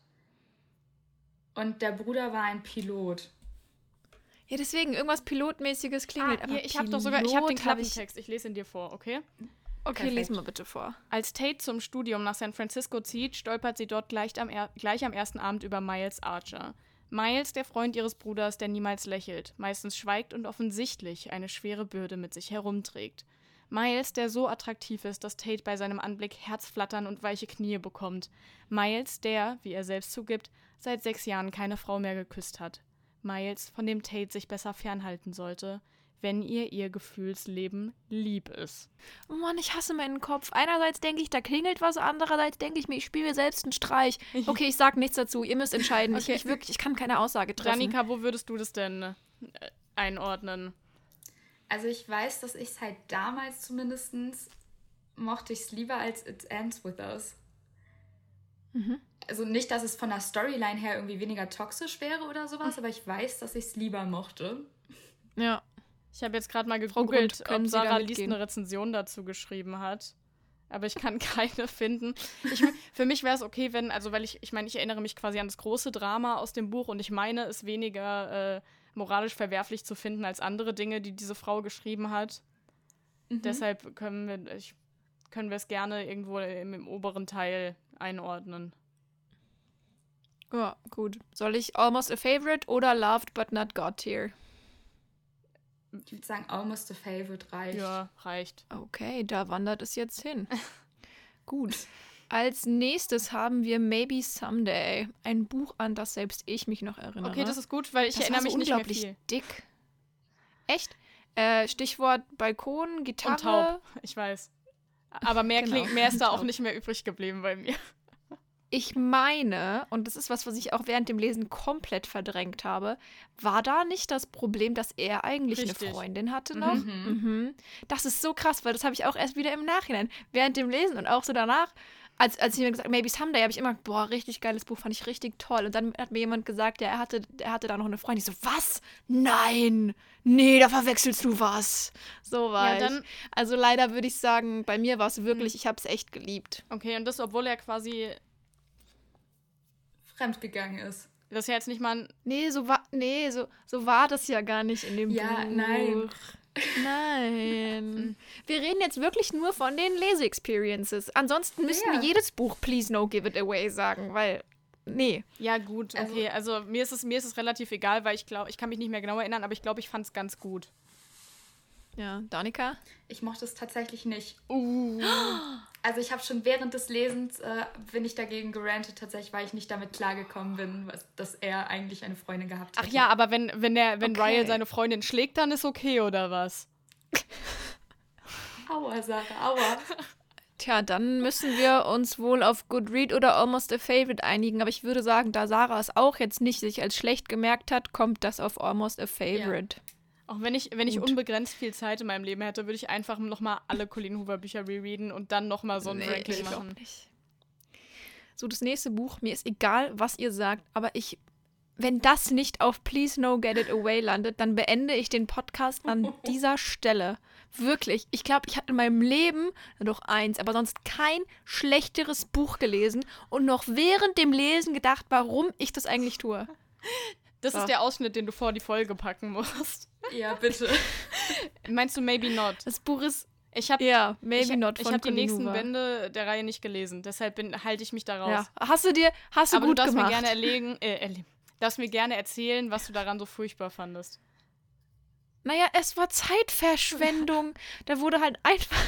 Und der Bruder war ein Pilot. Ja, deswegen, irgendwas Pilotmäßiges klingelt. aber Hier, ich habe den Pilot Klappentext. Ich lese ihn dir vor, okay? Okay, Perfekt. lesen wir bitte vor. Als Tate zum Studium nach San Francisco zieht, stolpert sie dort gleich am ersten Abend über Miles Archer. Miles, der Freund ihres Bruders, der niemals lächelt, meistens schweigt und offensichtlich eine schwere Bürde mit sich herumträgt. Miles, der so attraktiv ist, dass Tate bei seinem Anblick Herzflattern und weiche Knie bekommt. Miles, der, wie er selbst zugibt, seit 6 Jahren keine Frau mehr geküsst hat. Miles, von dem Tate sich besser fernhalten sollte, wenn ihr Gefühlsleben lieb ist. Oh Mann, ich hasse meinen Kopf. Einerseits denke ich, da klingelt was, andererseits denke ich mir, ich spiele mir selbst einen Streich. Okay, ich sag nichts dazu. Ihr müsst entscheiden. Okay. Ich kann keine Aussage treffen. Danica, wo würdest du das denn einordnen? Also ich weiß, dass ich es halt damals zumindest mochte ich es lieber als It Ends With Us. Also nicht, dass es von der Storyline her irgendwie weniger toxisch wäre oder sowas, aber ich weiß, dass ich es lieber mochte. Ja. Ich habe jetzt gerade mal Frau gegoogelt, Grund, können ob Sie da Sarah Liest mitgehen? eine Rezension dazu geschrieben hat. Aber ich kann keine finden. Für mich wäre es okay, wenn, also weil ich erinnere mich quasi an das große Drama aus dem Buch und ich meine, es weniger moralisch verwerflich zu finden als andere Dinge, die diese Frau geschrieben hat. Deshalb können wir es gerne irgendwo im oberen Teil einordnen. Ja, gut. Soll ich Almost a Favorite oder Loved but not God Tier? Ich würde sagen, Almost a Favorite reicht. Ja, reicht. Okay, da wandert es jetzt hin. Gut. Als nächstes haben wir Maybe Someday. Ein Buch, an das selbst ich mich noch erinnere. Okay, das ist gut, weil ich Das erinnere war mich so nicht mehr unglaublich viel. dick. Echt? Stichwort Balkon, Gitarre. Und taub, ich weiß. Aber mehr Genau. mehr ist da auch Taub. nicht mehr übrig geblieben bei mir. Ich meine, und das ist was ich auch während dem Lesen komplett verdrängt habe, war da nicht das Problem, dass er eigentlich Richtig. eine Freundin hatte noch? Mhm. Das ist so krass, weil das habe ich auch erst wieder im Nachhinein, während dem Lesen und auch so danach, als ich mir gesagt habe, Maybe Someday, habe ich immer, boah, richtig geiles Buch, fand ich richtig toll. Und dann hat mir jemand gesagt, ja, er hatte da noch eine Freundin. Ich so, was? Nein! Nee, da verwechselst du was. So war Ja, ich. dann- Also leider würde ich sagen, bei mir war es wirklich, ich habe es echt geliebt. Okay, und das, obwohl er quasi, Fremdgegangen ist. das ist ja jetzt nicht mal ein, Nee, so war das ja gar nicht in dem Ja, Buch. nein. Nein. Wir reden jetzt wirklich nur von den Lese-Experiences. Ansonsten müssten Ja. wir jedes Buch Please No Give It Away sagen, weil, nee. ja gut, okay, also mir ist es relativ egal, weil ich glaube, ich kann mich nicht mehr genau erinnern, aber ich glaube, ich fand es ganz gut. Ja, Danica? Ich mochte es tatsächlich nicht. Also ich habe schon während des Lesens, bin ich dagegen gerantet, tatsächlich, weil ich nicht damit klargekommen bin, dass er eigentlich eine Freundin gehabt hat. Ach ja, aber wenn Okay. Ryle seine Freundin schlägt, dann ist okay, oder was? Aua, Sarah, aua. Tja, dann müssen wir uns wohl auf Goodread oder Almost a Favorite einigen. Aber ich würde sagen, da Sarah es auch jetzt nicht sich als schlecht gemerkt hat, kommt das auf Almost a Favorite. Auch wenn ich Gut. unbegrenzt viel Zeit in meinem Leben hätte, würde ich einfach nochmal alle Colleen Hoover Bücher rereaden und dann nochmal so ein Ranking ich glaub machen. nicht. So, das nächste Buch, mir ist egal, was ihr sagt, aber wenn das nicht auf Please No Get It Away landet, dann beende ich den Podcast an dieser Stelle. Wirklich. Ich glaube, ich hatte in meinem Leben noch eins, aber sonst kein schlechteres Buch gelesen und noch während dem Lesen gedacht, warum ich das eigentlich tue. Das So. ist der Ausschnitt, den du vor die Folge packen musst. Ja, bitte. Meinst du Maybe Not? Das Buch ist, Ich habe ja, Maybe Not ich von hab die Colleen nächsten Hoover. Bände der Reihe nicht gelesen, deshalb halte ich mich da raus. Ja. Hast du Aber gut du darfst gemacht. mir gerne darfst mir gerne erzählen, was du daran so furchtbar fandest. Naja, es war Zeitverschwendung. Da wurde halt einfach...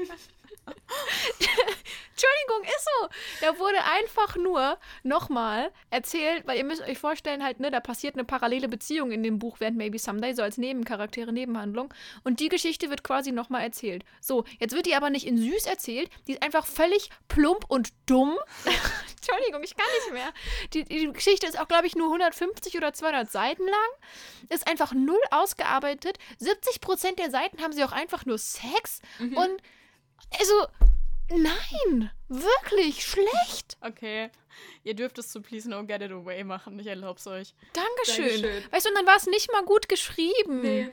Entschuldigung, ist so. Da wurde einfach nur nochmal erzählt, weil ihr müsst euch vorstellen, halt, ne, da passiert eine parallele Beziehung in dem Buch während Maybe Someday, so als Nebencharaktere, Nebenhandlung. Und die Geschichte wird quasi nochmal erzählt. So, jetzt wird die aber nicht in süß erzählt, die ist einfach völlig plump und dumm. Entschuldigung, ich kann nicht mehr. Die Geschichte ist auch, glaube ich, nur 150 oder 200 Seiten lang. Ist einfach null ausgearbeitet. 70% der Seiten haben sie auch einfach nur Sex. Und also, nein, wirklich schlecht. Okay, ihr dürft es zu Please No Get It Away machen, ich erlaub's euch. Dankeschön. Dankeschön. Weißt du, und dann war es nicht mal gut geschrieben. Nee.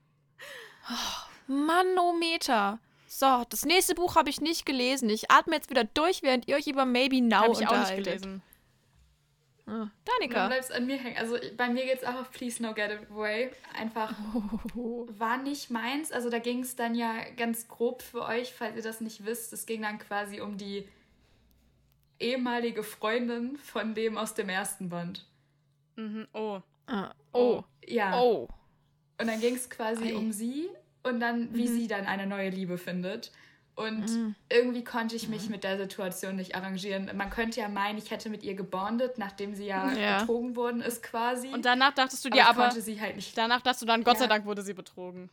Manometer. So, das nächste Buch habe ich nicht gelesen. Ich atme jetzt wieder durch, während ihr euch über Maybe Now Habe ich auch nicht unterhaltet. gelesen. Ah, Dann Danica. bleibst an mir hängen. Also bei mir geht's auch auf Please No Get It Away. Einfach war nicht meins. Also da ging es dann ja ganz grob für euch, falls ihr das nicht wisst. Es ging dann quasi um die ehemalige Freundin von dem aus dem ersten Band. Mhm. Oh. Oh. Ja. Oh. Und dann ging es quasi Ei. um sie und dann, wie sie dann eine neue Liebe findet. Und irgendwie konnte ich mich mit der Situation nicht arrangieren. Man könnte ja meinen, ich hätte mit ihr gebondet, nachdem sie ja betrogen worden ist quasi. Und danach dachtest du aber dir ich aber, konnte sie halt nicht. danach dachtest du dann, Gott sei Ja. Dank wurde sie betrogen.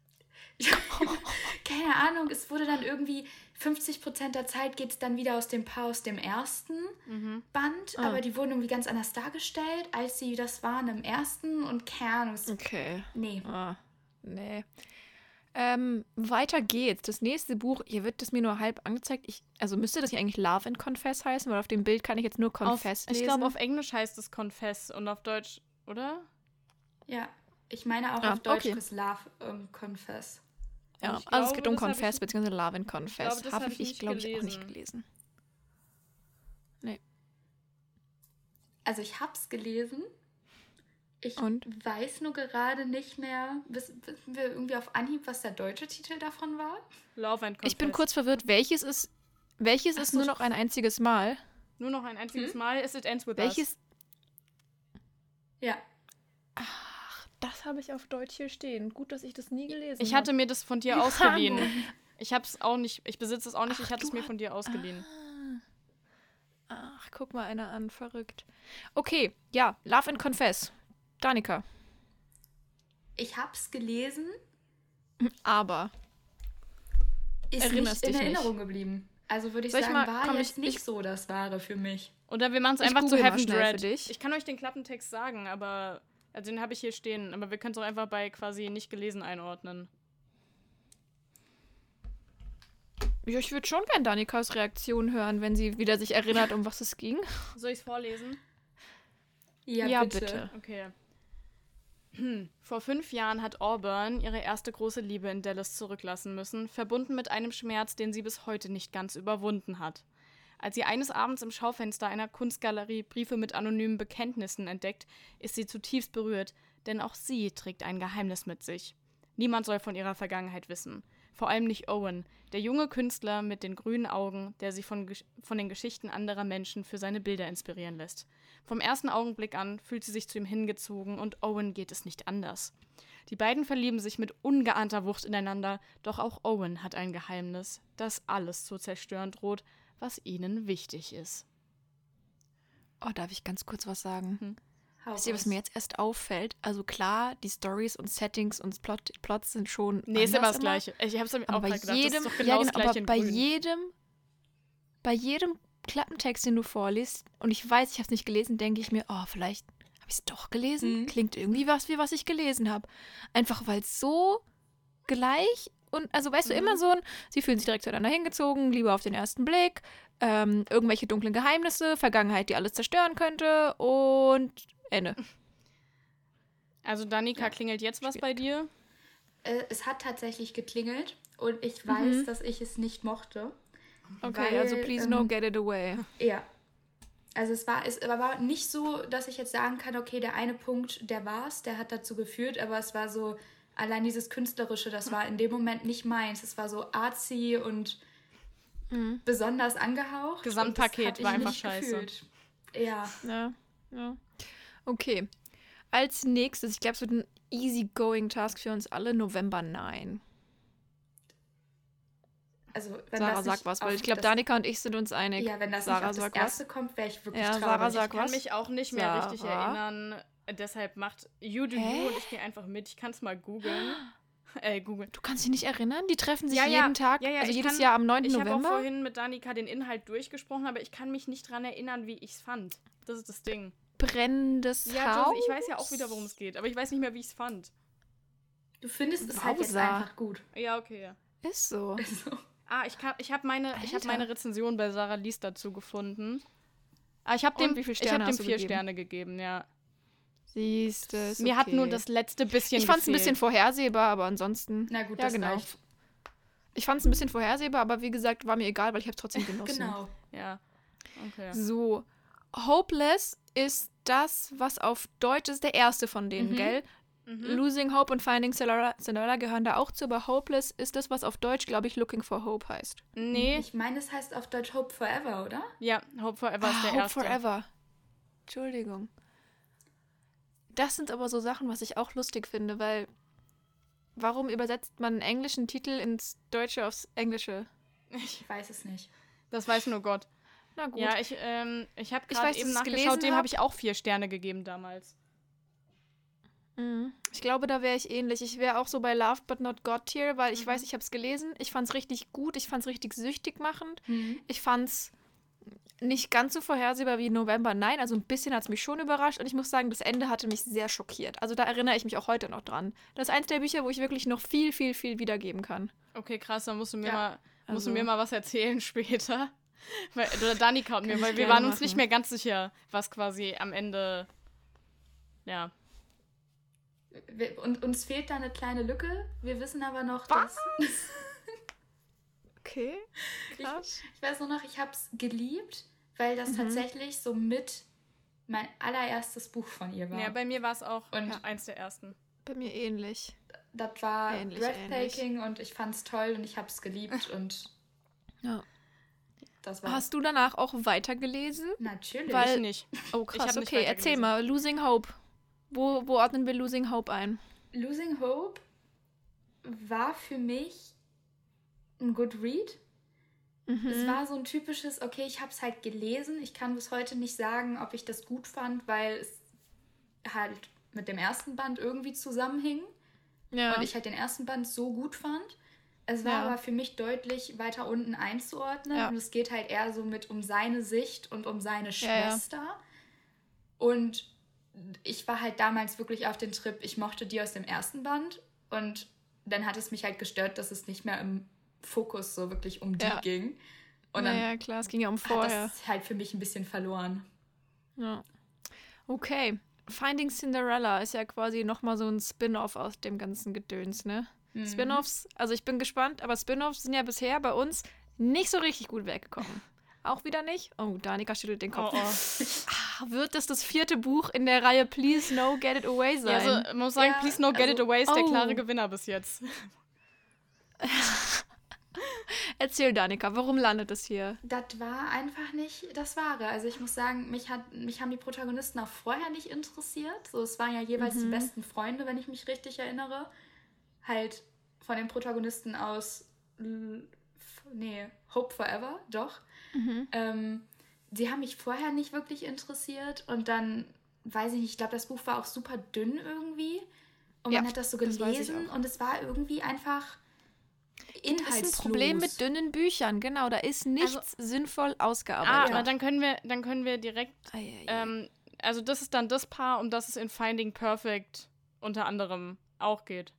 Keine Ahnung, es wurde dann irgendwie 50% der Zeit geht es dann wieder aus dem Paar aus dem ersten Band, aber die wurden irgendwie ganz anders dargestellt, als sie das waren im ersten und keine Ahnung. Okay. Nee. Ah, nee. Weiter geht's. Das nächste Buch, hier wird das mir nur halb angezeigt. Also müsste das hier eigentlich Love and Confess heißen, weil auf dem Bild kann ich jetzt nur Confess lesen. Ich glaube, auf Englisch heißt es Confess und auf Deutsch, oder? Ja, ich meine auch Ah, auf Deutsch okay. ist Love Confess. Ja, ich also es glaube, geht um das hab Confess ich- bzw. Love and Confess. glaube, das Habe hab ich ich, nicht glaube ich, auch nicht gelesen. gelesen. Also ich hab's gelesen. Ich Und? weiß nur gerade nicht mehr, wissen wir irgendwie auf Anhieb, was der deutsche Titel davon war? Love and Confess. Ich bin kurz verwirrt. Welches ist nur noch ein einziges Mal? Nur noch ein einziges Mal ist It Ends With Us. Welches? Ja. Das habe ich auf Deutsch hier stehen. Gut, dass ich das nie gelesen Ich hatte mir das von dir Wie ausgeliehen. Hamburg. Ich hab's auch nicht, ich besitze es auch nicht, ich hatte es du mir von dir ausgeliehen. Ach, guck mal einer an. Verrückt. Okay, ja. Love and Confess. Danica. Ich hab's gelesen, Aber. ist Erinnerst nicht in dich nicht. Erinnerung geblieben. Also würde ich Soll ich sagen, mal- war komm, jetzt ich- nicht so das Wahre für mich. Oder wir machen es Ich einfach zu google mal Heaven schnell für Dread. dich. Ich kann euch den Klappentext sagen, aber also den habe ich hier stehen, aber wir können es auch einfach bei quasi nicht gelesen einordnen. Ja, ich würde schon gern Danikas Reaktion hören, wenn sie wieder sich erinnert, um was es ging. Soll ich es vorlesen? Ja, bitte. Okay. Vor 5 Jahren hat Auburn ihre erste große Liebe in Dallas zurücklassen müssen, verbunden mit einem Schmerz, den sie bis heute nicht ganz überwunden hat. Als sie eines Abends im Schaufenster einer Kunstgalerie Briefe mit anonymen Bekenntnissen entdeckt, ist sie zutiefst berührt, denn auch sie trägt ein Geheimnis mit sich. Niemand soll von ihrer Vergangenheit wissen. Vor allem nicht Owen, der junge Künstler mit den grünen Augen, der sich von den Geschichten anderer Menschen für seine Bilder inspirieren lässt. Vom ersten Augenblick an fühlt sie sich zu ihm hingezogen und Owen geht es nicht anders. Die beiden verlieben sich mit ungeahnter Wucht ineinander, doch auch Owen hat ein Geheimnis, das alles zu zerstören droht, was ihnen wichtig ist. Oh, darf ich ganz kurz was sagen? Hau Wisst ihr, was raus. mir jetzt erst auffällt? Also klar, die Stories und Settings und Plots sind schon Nee, ist immer anders das Gleiche. Ich hab's mir Aber auch bei gerade gedacht, jedem, das ist doch genau das Gleiche aber in bei Grün. jedem Klappentext, den du vorliest, und ich weiß, ich habe es nicht gelesen, denke ich mir, oh, vielleicht habe ich es doch gelesen. Klingt irgendwie wie was ich gelesen habe. Einfach weil es so gleich und, also weißt du, immer so ein, sie fühlen sich direkt zueinander hingezogen, Liebe auf den ersten Blick, irgendwelche dunklen Geheimnisse, Vergangenheit, die alles zerstören könnte und Ende. Also Danica, klingelt jetzt was bei dir? Es hat tatsächlich geklingelt und ich weiß, dass ich es nicht mochte. Okay, Weil, also please no get it away. Ja. Also es war nicht so, dass ich jetzt sagen kann, okay, der eine Punkt, der hat dazu geführt, aber es war so, allein dieses Künstlerische, das war in dem Moment nicht meins. Es war so artsy und besonders angehaucht. Gesamtpaket und das hab ich war einfach nicht scheiße. gefühlt. Ja. Ja. Okay. Als nächstes, ich glaube, es wird ein easygoing Task für uns alle, November 9. Also, wenn Sarah, das sag nicht was, weil auf ich glaube, das- Danica und ich sind uns einig. Ja, wenn das Sarah, nicht auf das sag erste was. kommt, wäre ich wirklich Ja, traurig. Sarah, sag Ich kann was. mich auch nicht mehr richtig Sarah? erinnern. Deshalb macht You Do You und ich gehe einfach mit. Ich kann es mal googeln. Googeln. Du kannst dich nicht erinnern? Die treffen sich Ja, ja. jeden Tag, Ja, ja, also ich jedes kann- Jahr am 9. Ich habe auch November? vorhin mit Danica den Inhalt durchgesprochen, aber ich kann mich nicht dran erinnern, wie ich es fand. Das ist das Ding. Brennendes Ja, Haus? Josie, ich weiß ja auch wieder, worum es geht, aber ich weiß nicht mehr, wie ich es fand. Du findest es halt jetzt Wausa. einfach gut. Ja, okay. Ja. Ist so. Also, Ich hab meine Rezension bei Sarah Lies dazu gefunden. Ich habe Und dem, wie viele ich Sterne hab dem hast du 4 gegeben? Sterne gegeben, ja. Siehst du, Mir hat nur das letzte bisschen Ich fand es ein gefehlt. bisschen vorhersehbar, aber ansonsten... na gut, Ja, das genau. reicht. Ich fand es ein bisschen vorhersehbar, aber wie gesagt, war mir egal, weil ich habe es trotzdem genossen. Genau. Ja, okay. So, Hopeless ist das, was auf Deutsch ist, der erste von denen, gell? Losing Hope und Finding Cinderella gehören da auch zu, aber Hopeless ist das, was auf Deutsch, glaube ich, Looking for Hope heißt. Nee, Ich meine, es heißt auf Deutsch Hope Forever, oder? ja, Hope Forever ist der Hope erste. Forever. Entschuldigung. Das sind aber so Sachen, was ich auch lustig finde, weil warum übersetzt man einen englischen Titel ins Deutsche aufs Englische? Ich weiß es nicht. Das weiß nur Gott. Na gut. Ja, ich habe Ich gerade weiß, eben dass ich's gelesen nachgeschaut, dem hab. habe ich auch 4 Sterne gegeben damals. Ich glaube, da wäre ich ähnlich. Ich wäre auch so bei Love But Not God Tier, weil ich weiß, ich habe es gelesen. Ich fand es richtig gut. Ich fand es richtig süchtig machend. Ich fand es nicht ganz so vorhersehbar wie November 9. Also ein bisschen hat es mich schon überrascht. Und ich muss sagen, das Ende hatte mich sehr schockiert. Also da erinnere ich mich auch heute noch dran. Das ist eins der Bücher, wo ich wirklich noch viel, viel, viel wiedergeben kann. Okay, krass, dann musst du mir, Ja, mal was erzählen später. Oder Danica und mir, ich weil wir gerne waren uns machen. nicht mehr ganz sicher, was quasi am Ende, ja. Und uns fehlt da eine kleine Lücke. Wir wissen aber noch, Was? dass... Okay, Ich weiß nur noch, ich habe es geliebt, weil das tatsächlich so mit mein allererstes Buch von ihr war. Ja, bei mir war es auch Und- eins der ersten. Bei mir ähnlich. Das war Ähnlich, breathtaking und ich fand es toll und ich habe es geliebt und Ja. das war Hast du danach auch weitergelesen? natürlich. Weil- Ich nicht. Oh, Ich krass. hab nicht Okay, erzähl weitergelesen. mal. Losing Hope. Wo ordnen wir Losing Hope ein? Losing Hope war für mich ein Good Read. Es war so ein typisches, okay, ich habe es halt gelesen. Ich kann bis heute nicht sagen, ob ich das gut fand, weil es halt mit dem ersten Band irgendwie zusammenhing. Ja. Und ich halt den ersten Band so gut fand. Es war Ja. aber für mich deutlich weiter unten einzuordnen. Ja. Und es geht halt eher so um seine Sicht und um seine Ja, ja. Schwester. Und ich war halt damals wirklich auf den Trip, ich mochte die aus dem ersten Band. Und dann hat es mich halt gestört, dass es nicht mehr im Fokus so wirklich um die Ja. ging. Und dann ja, klar, es ging ja um hat vorher. das halt für mich ein bisschen verloren. Ja. Okay. Finding Cinderella ist ja quasi nochmal so ein Spin-off aus dem ganzen Gedöns, ne? Spin-offs, also ich bin gespannt, aber Spin-offs sind ja bisher bei uns nicht so richtig gut weggekommen. Auch wieder nicht? Oh, Danica schüttelt den Kopf. Wird das 4. Buch in der Reihe Please No Get It Away Ja, sein? also man muss sagen, Ja, Please No Get It also- Away ist der Oh. klare Gewinner bis jetzt. Erzähl, Danica, warum landet es hier? Das war einfach nicht das Wahre. Also ich muss sagen, mich haben die Protagonisten auch vorher nicht interessiert. So, es waren ja jeweils die besten Freunde, wenn ich mich richtig erinnere. Halt von den Protagonisten aus Hope Forever, doch. Die haben mich vorher nicht wirklich interessiert und dann, weiß ich nicht, ich glaube, das Buch war auch super dünn irgendwie und man hat das so gelesen und es war irgendwie einfach inhaltslos. Das ist ein Problem mit dünnen Büchern, genau, da ist nichts sinnvoll ausgearbeitet. Na, dann können wir direkt, also das ist dann das Paar, um das es in Finding Perfect unter anderem auch geht.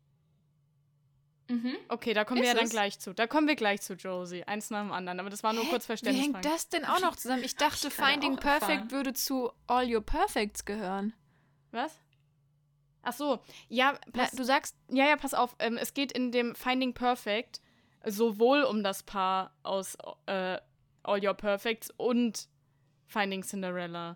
Okay, da kommen wir ja dann gleich zu. Da kommen wir gleich zu, Josie. Eins nach dem anderen. Aber das war nur kurz Verständnis. Wie hängt das denn auch noch zusammen? Ich dachte, Finding Perfect würde zu All Your Perfects gehören. Was? Ach so. Ja, du sagst... Ja, pass auf. Es geht in dem Finding Perfect sowohl um das Paar aus All Your Perfects und Finding Cinderella.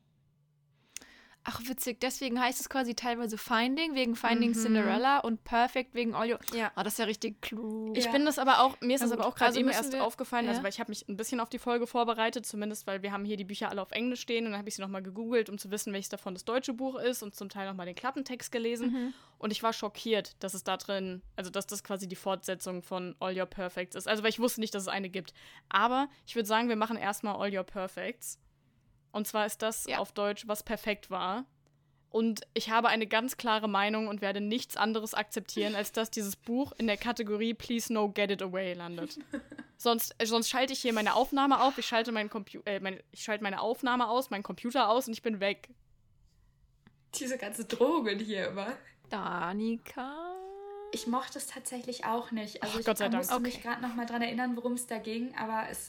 Ach, witzig. Deswegen heißt es quasi teilweise Finding, wegen Finding Cinderella und Perfect wegen All Your... Ja. Oh, das ist ja richtig klug. Ich bin das aber auch... Mir ist das aber auch gerade eben erst aufgefallen, ja? weil ich habe mich ein bisschen auf die Folge vorbereitet, zumindest, weil wir haben hier die Bücher alle auf Englisch stehen und dann habe ich sie nochmal gegoogelt, um zu wissen, welches davon das deutsche Buch ist und zum Teil nochmal den Klappentext gelesen. Und ich war schockiert, dass es da drin... Also, dass das quasi die Fortsetzung von All Your Perfects ist. Also, weil ich wusste nicht, dass es eine gibt. Aber ich würde sagen, wir machen erstmal All Your Perfects. Und zwar ist das auf Deutsch, was perfekt war. Und ich habe eine ganz klare Meinung und werde nichts anderes akzeptieren, als dass dieses Buch in der Kategorie Please No, Get It Away landet. Sonst schalte ich hier meine Aufnahme auf, ich schalte meine Aufnahme aus, meinen Computer aus und ich bin weg. Diese ganze Drogen hier immer. Danica? Ich mochte es tatsächlich auch nicht. Also Gott sei Dank. musste mich gerade noch mal dran erinnern, worum es da ging, aber es...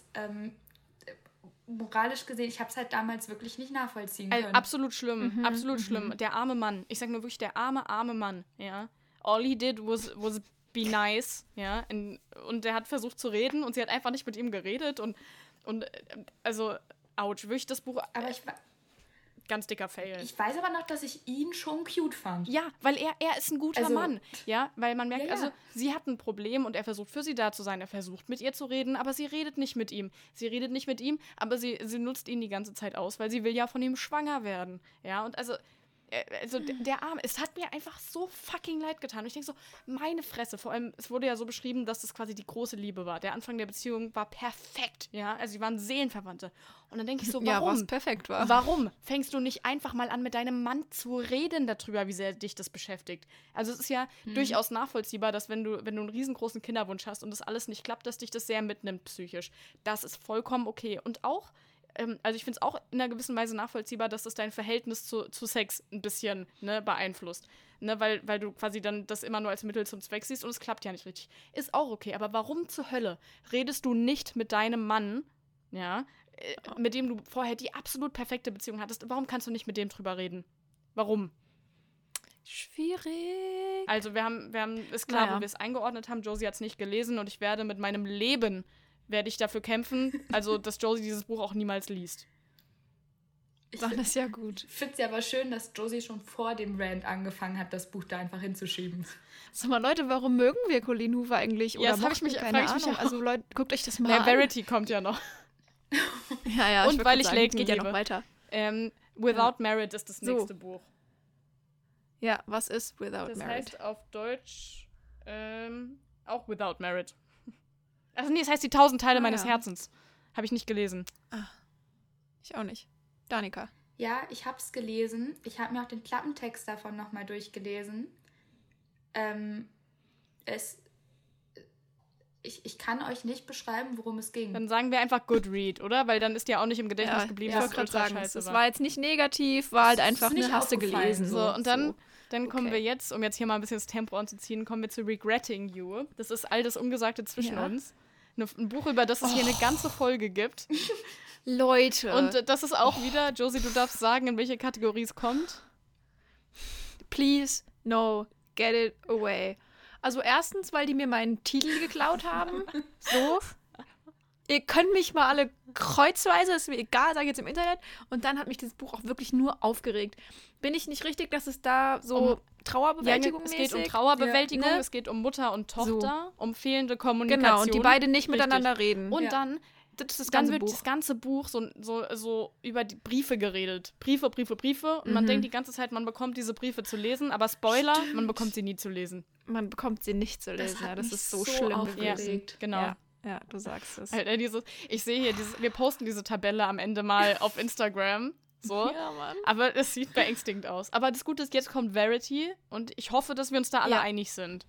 moralisch gesehen, ich habe es halt damals wirklich nicht nachvollziehen können. Absolut schlimm, absolut schlimm. Der arme Mann. Ich sag nur wirklich, der arme Mann, ja. All he did was be nice, ja. Und der hat versucht zu reden und sie hat einfach nicht mit ihm geredet und also, ouch, wirklich das Buch... Aber ganz dicker Fail. Ich weiß aber noch, dass ich ihn schon cute fand. Ja, weil er ist ein guter Mann. Ja, weil man merkt, also sie hat ein Problem und er versucht für sie da zu sein. Er versucht mit ihr zu reden, aber sie redet nicht mit ihm. Aber sie nutzt ihn die ganze Zeit aus, weil sie will ja von ihm schwanger werden. Ja, und also der Arme, es hat mir einfach so fucking leid getan. Und ich denke so, meine Fresse, vor allem, es wurde ja so beschrieben, dass das quasi die große Liebe war. Der Anfang der Beziehung war perfekt, ja, also sie waren Seelenverwandte. Und dann denke ich so, warum? Ja, was perfekt war. Warum fängst du nicht einfach mal an, mit deinem Mann zu reden darüber, wie sehr dich das beschäftigt? Also es ist ja durchaus nachvollziehbar, dass wenn du einen riesengroßen Kinderwunsch hast und das alles nicht klappt, dass dich das sehr mitnimmt psychisch. Das ist vollkommen okay. Und auch also ich finde es auch in einer gewissen Weise nachvollziehbar, dass das dein Verhältnis zu Sex ein bisschen beeinflusst. Ne, weil du quasi dann das immer nur als Mittel zum Zweck siehst und es klappt ja nicht richtig. Ist auch okay, aber warum zur Hölle redest du nicht mit deinem Mann, ja, mit dem du vorher die absolut perfekte Beziehung hattest? Warum kannst du nicht mit dem drüber reden? Warum? Schwierig. Also wir haben ist klar, wo wir es eingeordnet haben. Josie hat es nicht gelesen und ich werde mit meinem Leben dafür kämpfen, also dass Josie dieses Buch auch niemals liest. Das ist ja gut. Ich finde es ja aber schön, dass Josie schon vor dem Rant angefangen hat, das Buch da einfach hinzuschieben. Sag mal, Leute, warum mögen wir Colleen Hoover eigentlich? Oder das habe ich mich keine Ahnung. Also Leute, guckt euch das mal an. Verity kommt ja noch. Ja, und weil ich Laken geht liebe. Ja noch weiter. Without Merit ist das nächste Buch. Ja, was ist Without Merit? Das heißt auf Deutsch auch Without Merit. Also nee, es heißt die 1000 Teile meines Herzens. Habe ich nicht gelesen. Ich auch nicht. Danica. Ja, ich habe es gelesen. Ich habe mir auch den Klappentext davon nochmal durchgelesen. Ich kann euch nicht beschreiben, worum es ging. Dann sagen wir einfach Good Read, oder? Weil dann ist ja auch nicht im Gedächtnis geblieben, was es ultra scheiße war. Es war jetzt nicht negativ, war halt einfach nicht hast du gelesen. So, und dann kommen wir jetzt, um jetzt hier mal ein bisschen das Tempo anzuziehen, kommen wir zu Regretting You. Das ist all das Ungesagte zwischen uns. Ein Buch, über das es hier eine ganze Folge gibt. Leute. Und das ist auch wieder, Josie, du darfst sagen, in welche Kategorie es kommt. Please, no, get it away. Also erstens, weil die mir meinen Titel geklaut haben. So. ihr könnt mich mal alle kreuzweise, ist mir egal, sage ich jetzt im Internet. Und dann hat mich dieses Buch auch wirklich nur aufgeregt. Bin ich nicht richtig, dass es da so Trauerbewältigung es geht um Trauerbewältigung, ne? es geht um Mutter und Tochter, um fehlende Kommunikation. Genau, und die beide nicht miteinander reden. Und dann das ist das dann ganze wird Buch. das ganze Buch so über die Briefe geredet. Briefe. Und man denkt die ganze Zeit, man bekommt diese Briefe zu lesen, aber Spoiler, man bekommt sie nie zu lesen. Man bekommt sie nicht zu lesen. Das ist so schlimm gewesen. Genau. Ja, du sagst es. Halt, ich sehe hier, wir posten diese Tabelle am Ende mal auf Instagram. So. Ja, Mann. Aber es sieht beängstigend aus. Aber das Gute ist, jetzt kommt Verity und ich hoffe, dass wir uns da alle einig sind.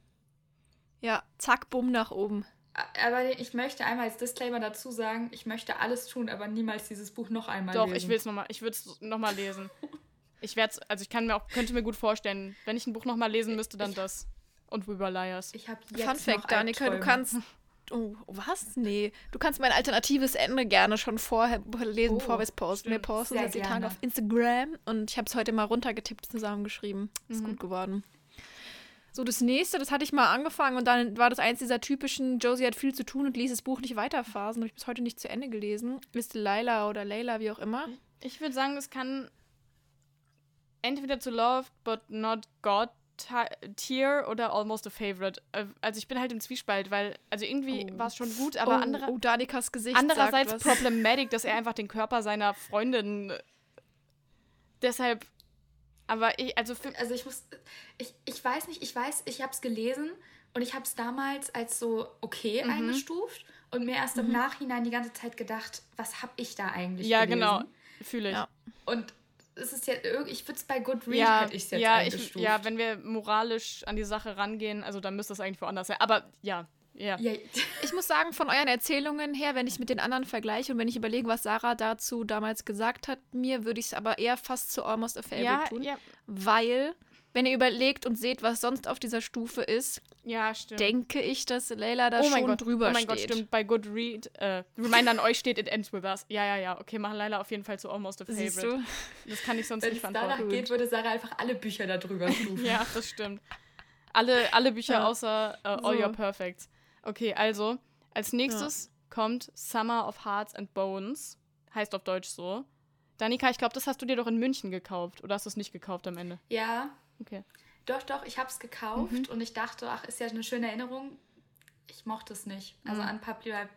Ja, zack, bumm, nach oben. Aber ich möchte einmal als Disclaimer dazu sagen, ich möchte alles tun, aber niemals dieses Buch noch einmal Doch, lesen. ich würde es nochmal lesen. Könnte mir gut vorstellen, wenn ich ein Buch nochmal lesen müsste, dann das. Und We Were Liars. Ich habe jetzt Fun Fact, Danika, du Albträume. kannst... Oh, was? Nee. Du kannst mein alternatives Ende gerne schon vorher lesen, bevor wir es posten. Wir posten sehr jetzt die Tage gerne. auf Instagram und ich habe es heute mal runtergetippt zusammengeschrieben. Ist gut geworden. So, das nächste, das hatte ich mal angefangen und dann war das eins dieser typischen, Josie hat viel zu tun und liest das Buch nicht weiter Phasen. Habe ich bis heute nicht zu Ende gelesen. Ist Laila oder Layla, wie auch immer. Ich würde sagen, es kann entweder zu Loved but Not God Tier oder Almost a Favorite. Also ich bin halt im Zwiespalt, weil, also irgendwie war es schon gut, aber Danikas Gesicht andererseits sagt was. problematic, dass er einfach den Körper seiner Freundin deshalb, aber ich weiß nicht, ich habe es gelesen und ich habe es damals als so okay eingestuft und mir erst im Nachhinein die ganze Zeit gedacht, was habe ich da eigentlich gelesen? genau, fühle ich. Ja. Und es ist ja ich würde es bei Goodreads hätte ich es jetzt eingestuft. Wenn wir moralisch an die Sache rangehen, also dann müsste es eigentlich woanders sein, aber ja. Ich muss sagen, von euren Erzählungen her, wenn ich es mit den anderen vergleiche und wenn ich überlege, was Sarah dazu damals gesagt hat, würde ich es aber eher fast zu Almost a Favorite tun. Ja. Weil, wenn ihr überlegt und seht, was sonst auf dieser Stufe ist, denke ich, dass Layla da schon drüber steht. Oh mein Gott, stimmt. Bei Goodread, Reminder an euch steht, it ends with us. Ja. Okay, machen Layla auf jeden Fall zu Almost a Favorite. Siehst du? Das kann ich sonst Wenn nicht es verantworten. danach geht, würde Sarah einfach alle Bücher da drüber stufen. Ja, das stimmt. Alle Bücher außer All Your Perfects. Okay, also, als nächstes kommt Summer of Hearts and Bones. Heißt auf Deutsch so. Danika, ich glaube, das hast du dir doch in München gekauft. Oder hast du es nicht gekauft am Ende? Ja. Okay. Doch, ich habe es gekauft und ich dachte, ach, ist ja eine schöne Erinnerung. Ich mochte es nicht. Also unpopular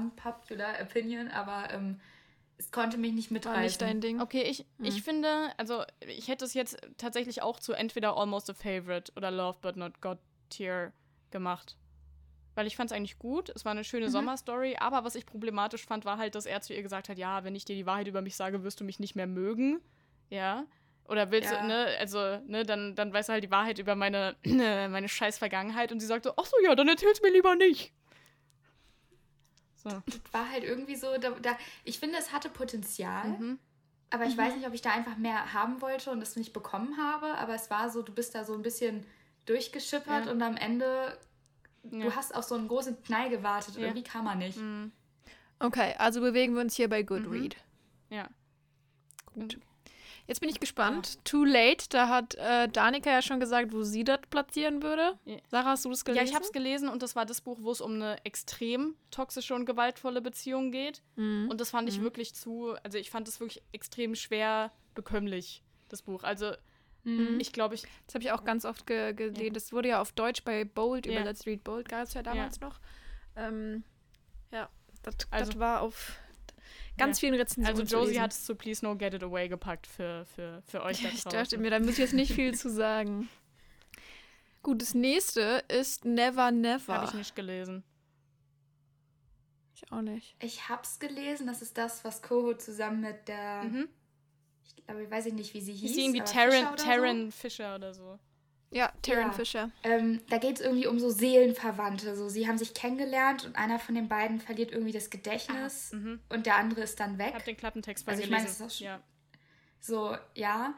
opinion, aber es konnte mich nicht mitreißen. War nicht dein Ding. Okay, ich finde, also ich hätte es jetzt tatsächlich auch zu entweder Almost a Favorite oder Love but Not God Tier gemacht. Weil ich fand es eigentlich gut. Es war eine schöne Sommerstory. Aber was ich problematisch fand, war halt, dass er zu ihr gesagt hat, ja, wenn ich dir die Wahrheit über mich sage, wirst du mich nicht mehr mögen. Ja. Oder willst du, dann weißt du halt die Wahrheit über meine scheiß Vergangenheit. Und sie sagte, ach so, ja, dann erzähl's mir lieber nicht. So. Das war halt irgendwie so, ich finde, es hatte Potenzial. Aber ich weiß nicht, ob ich da einfach mehr haben wollte und es nicht bekommen habe. Aber es war so, du bist da so ein bisschen durchgeschippert und am Ende... Du hast auf so einen großen Knall gewartet. Irgendwie kann man nicht. Okay, also bewegen wir uns hier bei Goodread. Ja. Gut. Jetzt bin ich gespannt. Too Late, da hat Danika ja schon gesagt, wo sie das platzieren würde. Ja. Sarah, hast du das gelesen? Ja, ich habe es gelesen und das war das Buch, wo es um eine extrem toxische und gewaltvolle Beziehung geht. Und das fand ich wirklich also ich fand es wirklich extrem schwer bekömmlich, das Buch. Also ich glaube, das habe ich auch ganz oft gelesen. Ja. Das wurde ja auf Deutsch bei Bold übersetzt. Read Bold gab es ja damals noch. Das war auf ganz vielen Rezensionen. Also Josie hat es zu Please No Get It Away gepackt für euch da draußen. Ich dachte mir, da muss ich jetzt nicht viel zu sagen. Gut, das nächste ist Never Never. Habe ich nicht gelesen. Ich auch nicht. Ich hab's gelesen. Das ist das, was Koho zusammen mit der... Aber ich weiß nicht, wie sie hieß. Ist sie irgendwie Taryn Fisher oder so? Ja, Taryn Fisher. Da geht es irgendwie um so Seelenverwandte. So, sie haben sich kennengelernt und einer von den beiden verliert irgendwie das Gedächtnis und der andere ist dann weg. Ich habe den Klappentext mal gelesen. Ich meine, das ist so, ja.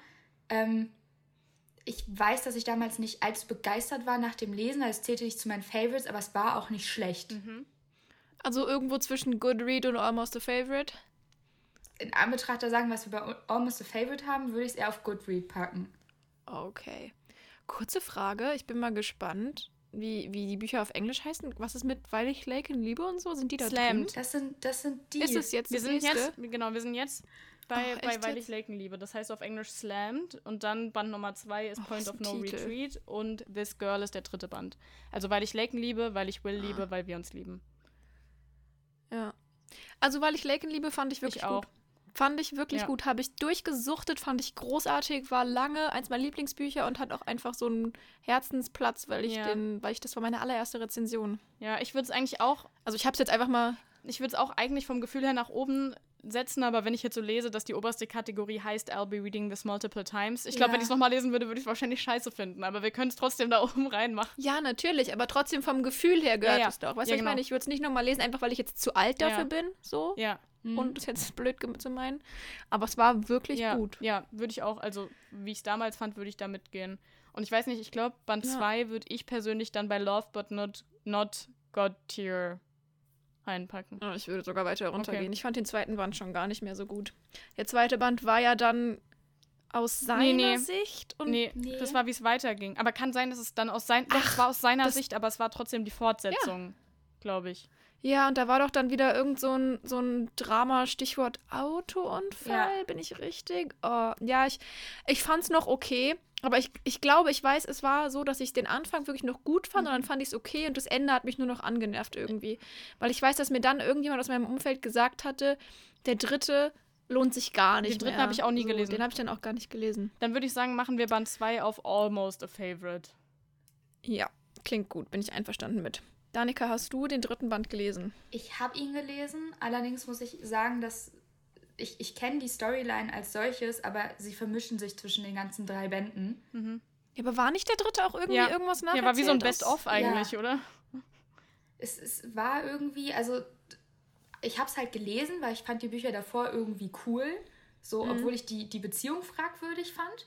Ich weiß, dass ich damals nicht allzu begeistert war nach dem Lesen. Also es zählte nicht zu meinen Favorites, aber es war auch nicht schlecht. Also irgendwo zwischen Goodread und Almost a Favorite? In Anbetracht der Sachen, was wir bei Almost a Favorite haben, würde ich es eher auf Goodread packen. Okay. Kurze Frage, ich bin mal gespannt. wie die Bücher auf Englisch heißen. Was ist mit Weil ich Lake in Liebe und so? Sind die da Slammed. drin? Das sind die. Ist es jetzt Wir das sind nächste? jetzt bei echt Weil jetzt? ich Laken liebe. Das heißt auf Englisch Slammed und dann Band Nummer 2 ist Point was of ein No Titel. Retreat und This Girl ist der 3. Band. Also Weil ich Laken liebe, Weil ich Will liebe, weil wir uns lieben. Ja. Also Weil ich Lake in Liebe fand ich wirklich Ich auch. gut. Fand ich wirklich Ja. gut. Habe ich durchgesuchtet, fand ich großartig, war lange eins meiner Lieblingsbücher und hat auch einfach so einen Herzensplatz, weil ich Ja. das war meine allererste Rezension. Ja, ich würde es eigentlich auch, Also ich habe es jetzt einfach mal. eigentlich vom Gefühl her nach oben setzen, aber wenn ich jetzt so lese, dass die oberste Kategorie heißt I'll be reading this multiple times. Ich glaube, Ja. wenn ich es nochmal lesen würde, würde ich es wahrscheinlich scheiße finden, aber wir können es trotzdem da oben reinmachen. Ja, natürlich, aber trotzdem vom Gefühl her gehört Ja, ja. es doch. Weißt du, Ja, ich genau. meine, ich würde es nicht nochmal lesen, einfach weil ich jetzt zu alt dafür Ja. bin, so. Ja. Und das ist jetzt blöd zu meinen. Aber es war wirklich Ja, gut. ja, würde ich auch, also wie ich es damals fand, würde ich da mitgehen. Und ich weiß nicht, ich glaube, Band Ja. 2 würde ich persönlich dann bei Love But Not God Tier reinpacken. Ja, ich würde sogar weiter runtergehen. Okay. Ich fand den zweiten Band schon gar nicht mehr so gut. Der zweite Band war ja dann aus seiner Nee. Sicht. Und Nee, Nee. das war, wie es weiterging. Aber kann sein, dass es dann es war aus seiner Sicht, aber es war trotzdem die Fortsetzung, glaube ich. ja, und da war doch dann wieder irgend so ein Drama, Stichwort Autounfall, Ja. bin ich richtig? Oh, ja, ich fand's noch okay, aber ich glaube, ich weiß, es war so, dass ich den Anfang wirklich noch gut fand und dann fand ich es okay und das Ende hat mich nur noch angenervt irgendwie. Weil ich weiß, dass mir dann irgendjemand aus meinem Umfeld gesagt hatte, der dritte lohnt sich gar nicht Den dritten mehr. habe ich auch nie gelesen. Den habe ich dann auch gar nicht gelesen. Dann würde ich sagen, machen wir Band 2 auf Almost a Favorite. Ja, klingt gut, bin ich einverstanden mit. Danica, hast du den dritten Band gelesen? Ich habe ihn gelesen, allerdings muss ich sagen, dass ich kenne die Storyline als solches, aber sie vermischen sich zwischen den ganzen 3 Bänden. Ja, aber war nicht der dritte auch irgendwie Ja. irgendwas nach? Ja, war wie so ein Best-of eigentlich, Ja. oder? Es war irgendwie, also ich habe es halt gelesen, weil ich fand die Bücher davor irgendwie cool, so obwohl ich die Beziehung fragwürdig fand.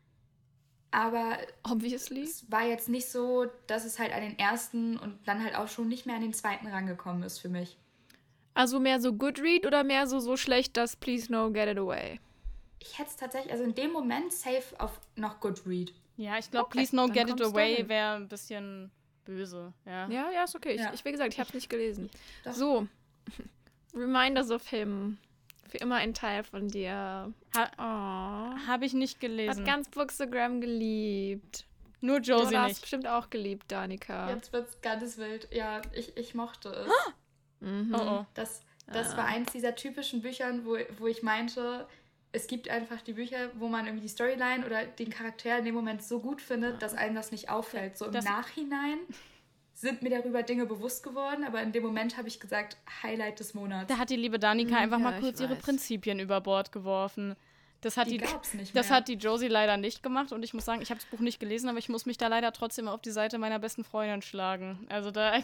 Aber Obviously. es war jetzt nicht so, dass es halt an den ersten und dann halt auch schon nicht mehr an den zweiten rangekommen ist für mich. Also mehr so Good Read oder mehr so schlecht, dass Please No Get It Away? Ich hätte es tatsächlich, also in dem Moment safe auf noch Good Read. Ja, ich glaube, Okay, Please No dann Get It kommst du Away dahin. wäre ein bisschen böse. Ja. Ja, ist okay. Ja. Wie gesagt, ich habe es nicht gelesen. Doch. So, Reminders of Him. Für immer ein Teil von dir. Oh. Habe ich nicht Hat gelesen. ganz Bookstagram geliebt. Nur Du Josie hast nicht. bestimmt auch geliebt, Danica. Jetzt wird's ganz wild. Ja, ich mochte es. Mhm. Oh oh. Das war eins dieser typischen Büchern, wo ich meinte, es gibt einfach die Bücher, wo man irgendwie die Storyline oder den Charakter in dem Moment so gut findet, dass einem das nicht auffällt. So im Das- Nachhinein sind mir darüber Dinge bewusst geworden, aber in dem Moment habe ich gesagt, Highlight des Monats. Da hat die liebe Danica einfach ja, mal kurz ich ihre weiß. Prinzipien über Bord geworfen. Das hat Die die, gab's nicht mehr. das hat die Josie leider nicht gemacht und ich muss sagen, ich habe das Buch nicht gelesen, aber ich muss mich da leider trotzdem auf die Seite meiner besten Freundin schlagen. Also da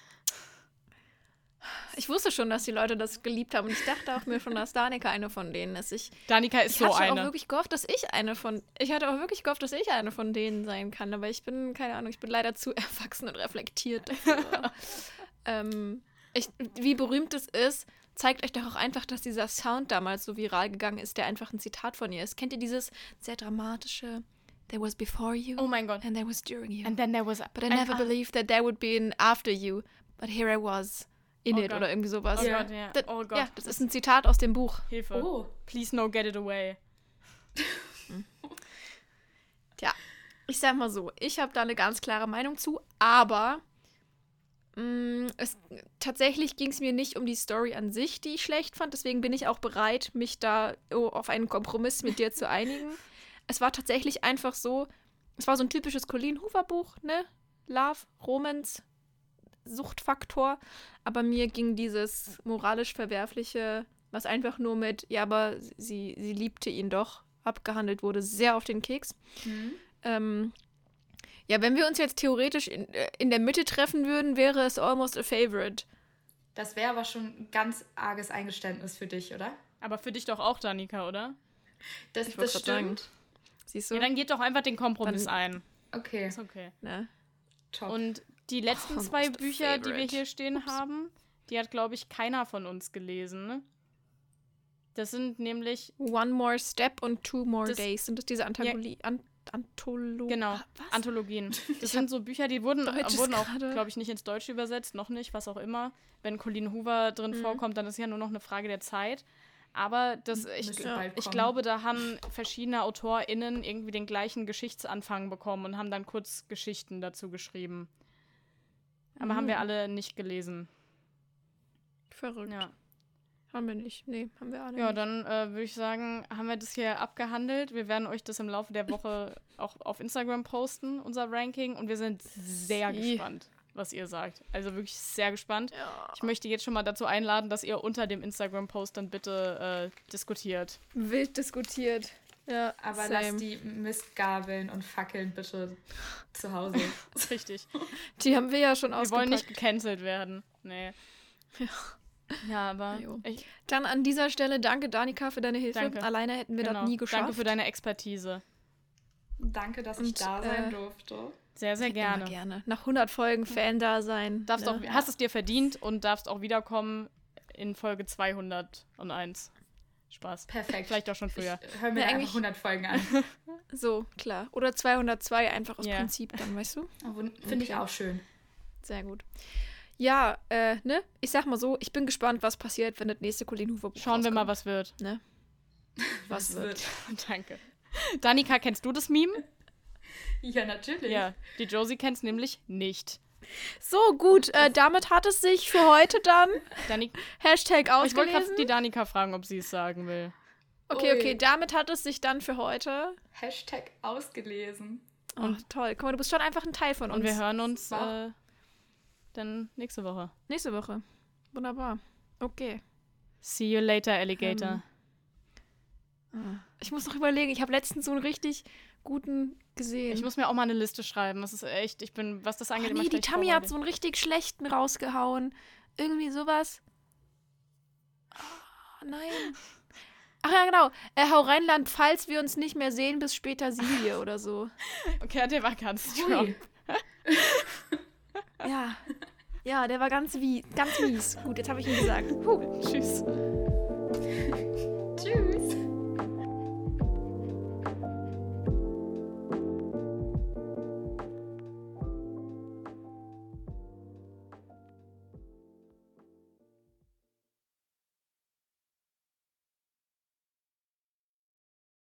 Ich wusste schon, dass die Leute das geliebt haben und ich dachte auch mir schon, dass Danica eine von denen ist. Danica ist Ich so hatte auch eine. wirklich gehofft, dass ich eine von denen sein kann, aber ich bin, keine Ahnung, ich bin leider zu erwachsen und reflektiert dafür. Wie berühmt es ist, zeigt euch doch auch einfach, dass dieser Sound damals so viral gegangen ist, der einfach ein Zitat von ihr ist. Kennt ihr dieses sehr dramatische There was before you Oh mein Gott. and there was during you. And then there was But I never believed that there would be an after you. But here I was in Oh it Gott. oder irgendwie sowas. Oh Ja. Gott, ja. Das, Oh Gott. Ja, das ist ein Zitat aus dem Buch. Hilfe. Oh, Please no get it away. Tja, ich sag mal so, ich habe da eine ganz klare Meinung zu, aber tatsächlich ging es mir nicht um die Story an sich, die ich schlecht fand, deswegen bin ich auch bereit, mich da auf einen Kompromiss mit dir zu einigen. Es war tatsächlich einfach so, es war so ein typisches Colleen Hoover Buch, ne? Love, Romance, Suchtfaktor, aber mir ging dieses moralisch Verwerfliche, was einfach nur mit, ja, aber sie liebte ihn doch, abgehandelt wurde, sehr auf den Keks. Ja, wenn wir uns jetzt theoretisch in der Mitte treffen würden, wäre es almost a favorite. das wäre aber schon ein ganz arges Eingeständnis für dich, oder? Aber für dich doch auch, Danica, oder? Das wollte grad sagen. stimmt. Siehst du? Ja, dann geht doch einfach den Kompromiss Dann- ein. Okay, Ist okay. Ne? top. Und die letzten Oh, 2 most Bücher, die wir favorite. hier stehen haben, die hat, glaube ich, keiner von uns gelesen. Ne? Das sind nämlich One More Step und Two More Das- Days. Sind das diese Genau, Was? Anthologien. Das sind so Bücher, die wurden auch, gerade. glaube ich, nicht ins Deutsche übersetzt, noch nicht, was auch immer. Wenn Colleen Hoover drin vorkommt, dann ist ja nur noch eine Frage der Zeit. Aber Müsste bald ich kommen. glaube, da haben verschiedene AutorInnen irgendwie den gleichen Geschichtsanfang bekommen und haben dann Kurzgeschichten dazu geschrieben. Aber haben wir alle nicht gelesen. Verrückt. Ja. Haben wir nicht. Nee, haben wir alle Ja, nicht. dann würde ich sagen, haben wir das hier abgehandelt. Wir werden euch das im Laufe der Woche auch auf Instagram posten, unser Ranking. Und wir sind sehr gespannt, was ihr sagt. Also wirklich sehr gespannt. Ja. Ich möchte jetzt schon mal dazu einladen, dass ihr unter dem Instagram-Post dann bitte diskutiert. Wild diskutiert. Ja, Aber same. lasst die Mistgabeln und Fackeln bitte zu Hause. Richtig. Die haben wir ja schon Wir ausgepackt. wollen nicht gecancelt werden. Nee. Ja, aber Jo. ich, Dann an dieser Stelle danke, Danika, für deine Hilfe. Danke. Alleine hätten wir das nie geschafft. Danke für deine Expertise. Danke, dass ich Und, da sein durfte. Sehr, sehr gerne. Immer gerne. Nach 100 Folgen Fan da sein. Darfst ne? auch, hast es dir verdient und darfst auch wiederkommen in Folge 201. Spaß. Perfekt. Vielleicht auch schon früher. Ich hör mir Ja, einfach eigentlich- 100 Folgen an. So, klar. Oder 202 einfach aus Ja. Prinzip dann, weißt du? Finde ich auch schön. Sehr gut. Ja, ne? Ich sag mal so, ich bin gespannt, was passiert, wenn das nächste Colleen Hoover Buch Schauen wir mal, rauskommt, was wird. ne? Was wird. Danke. Danika, kennst du das Meme? Ja, natürlich. Ja, die Josie kennt's nämlich nicht. So, gut. Damit hat es sich für heute dann Hashtag Ich wollte ausgelesen. gerade die Danika fragen, ob sie es sagen will. Okay, Ui. damit hat es sich dann für heute. Hashtag ausgelesen. Oh, toll. Guck mal, du bist schon einfach ein Teil von uns. Und wir hören uns Wow. dann nächste Woche. Nächste Woche. Wunderbar. Okay. See you later, Alligator. Ich muss noch überlegen, ich habe letztens so einen richtig guten gesehen. Ich muss mir auch mal eine Liste schreiben. Das ist echt, ich bin, was das angeht, immer die schlecht Tammy hat vorbereitet. so einen richtig schlechten rausgehauen. Irgendwie sowas. Oh, nein. Ach ja, genau. Hau Rheinland, falls wir uns nicht mehr sehen, bis später Silie oder so. Okay, der war ganz strong. Ui. Ja. Ja, der war ganz mies. Gut, jetzt habe ich ihn gesagt. Tschüss.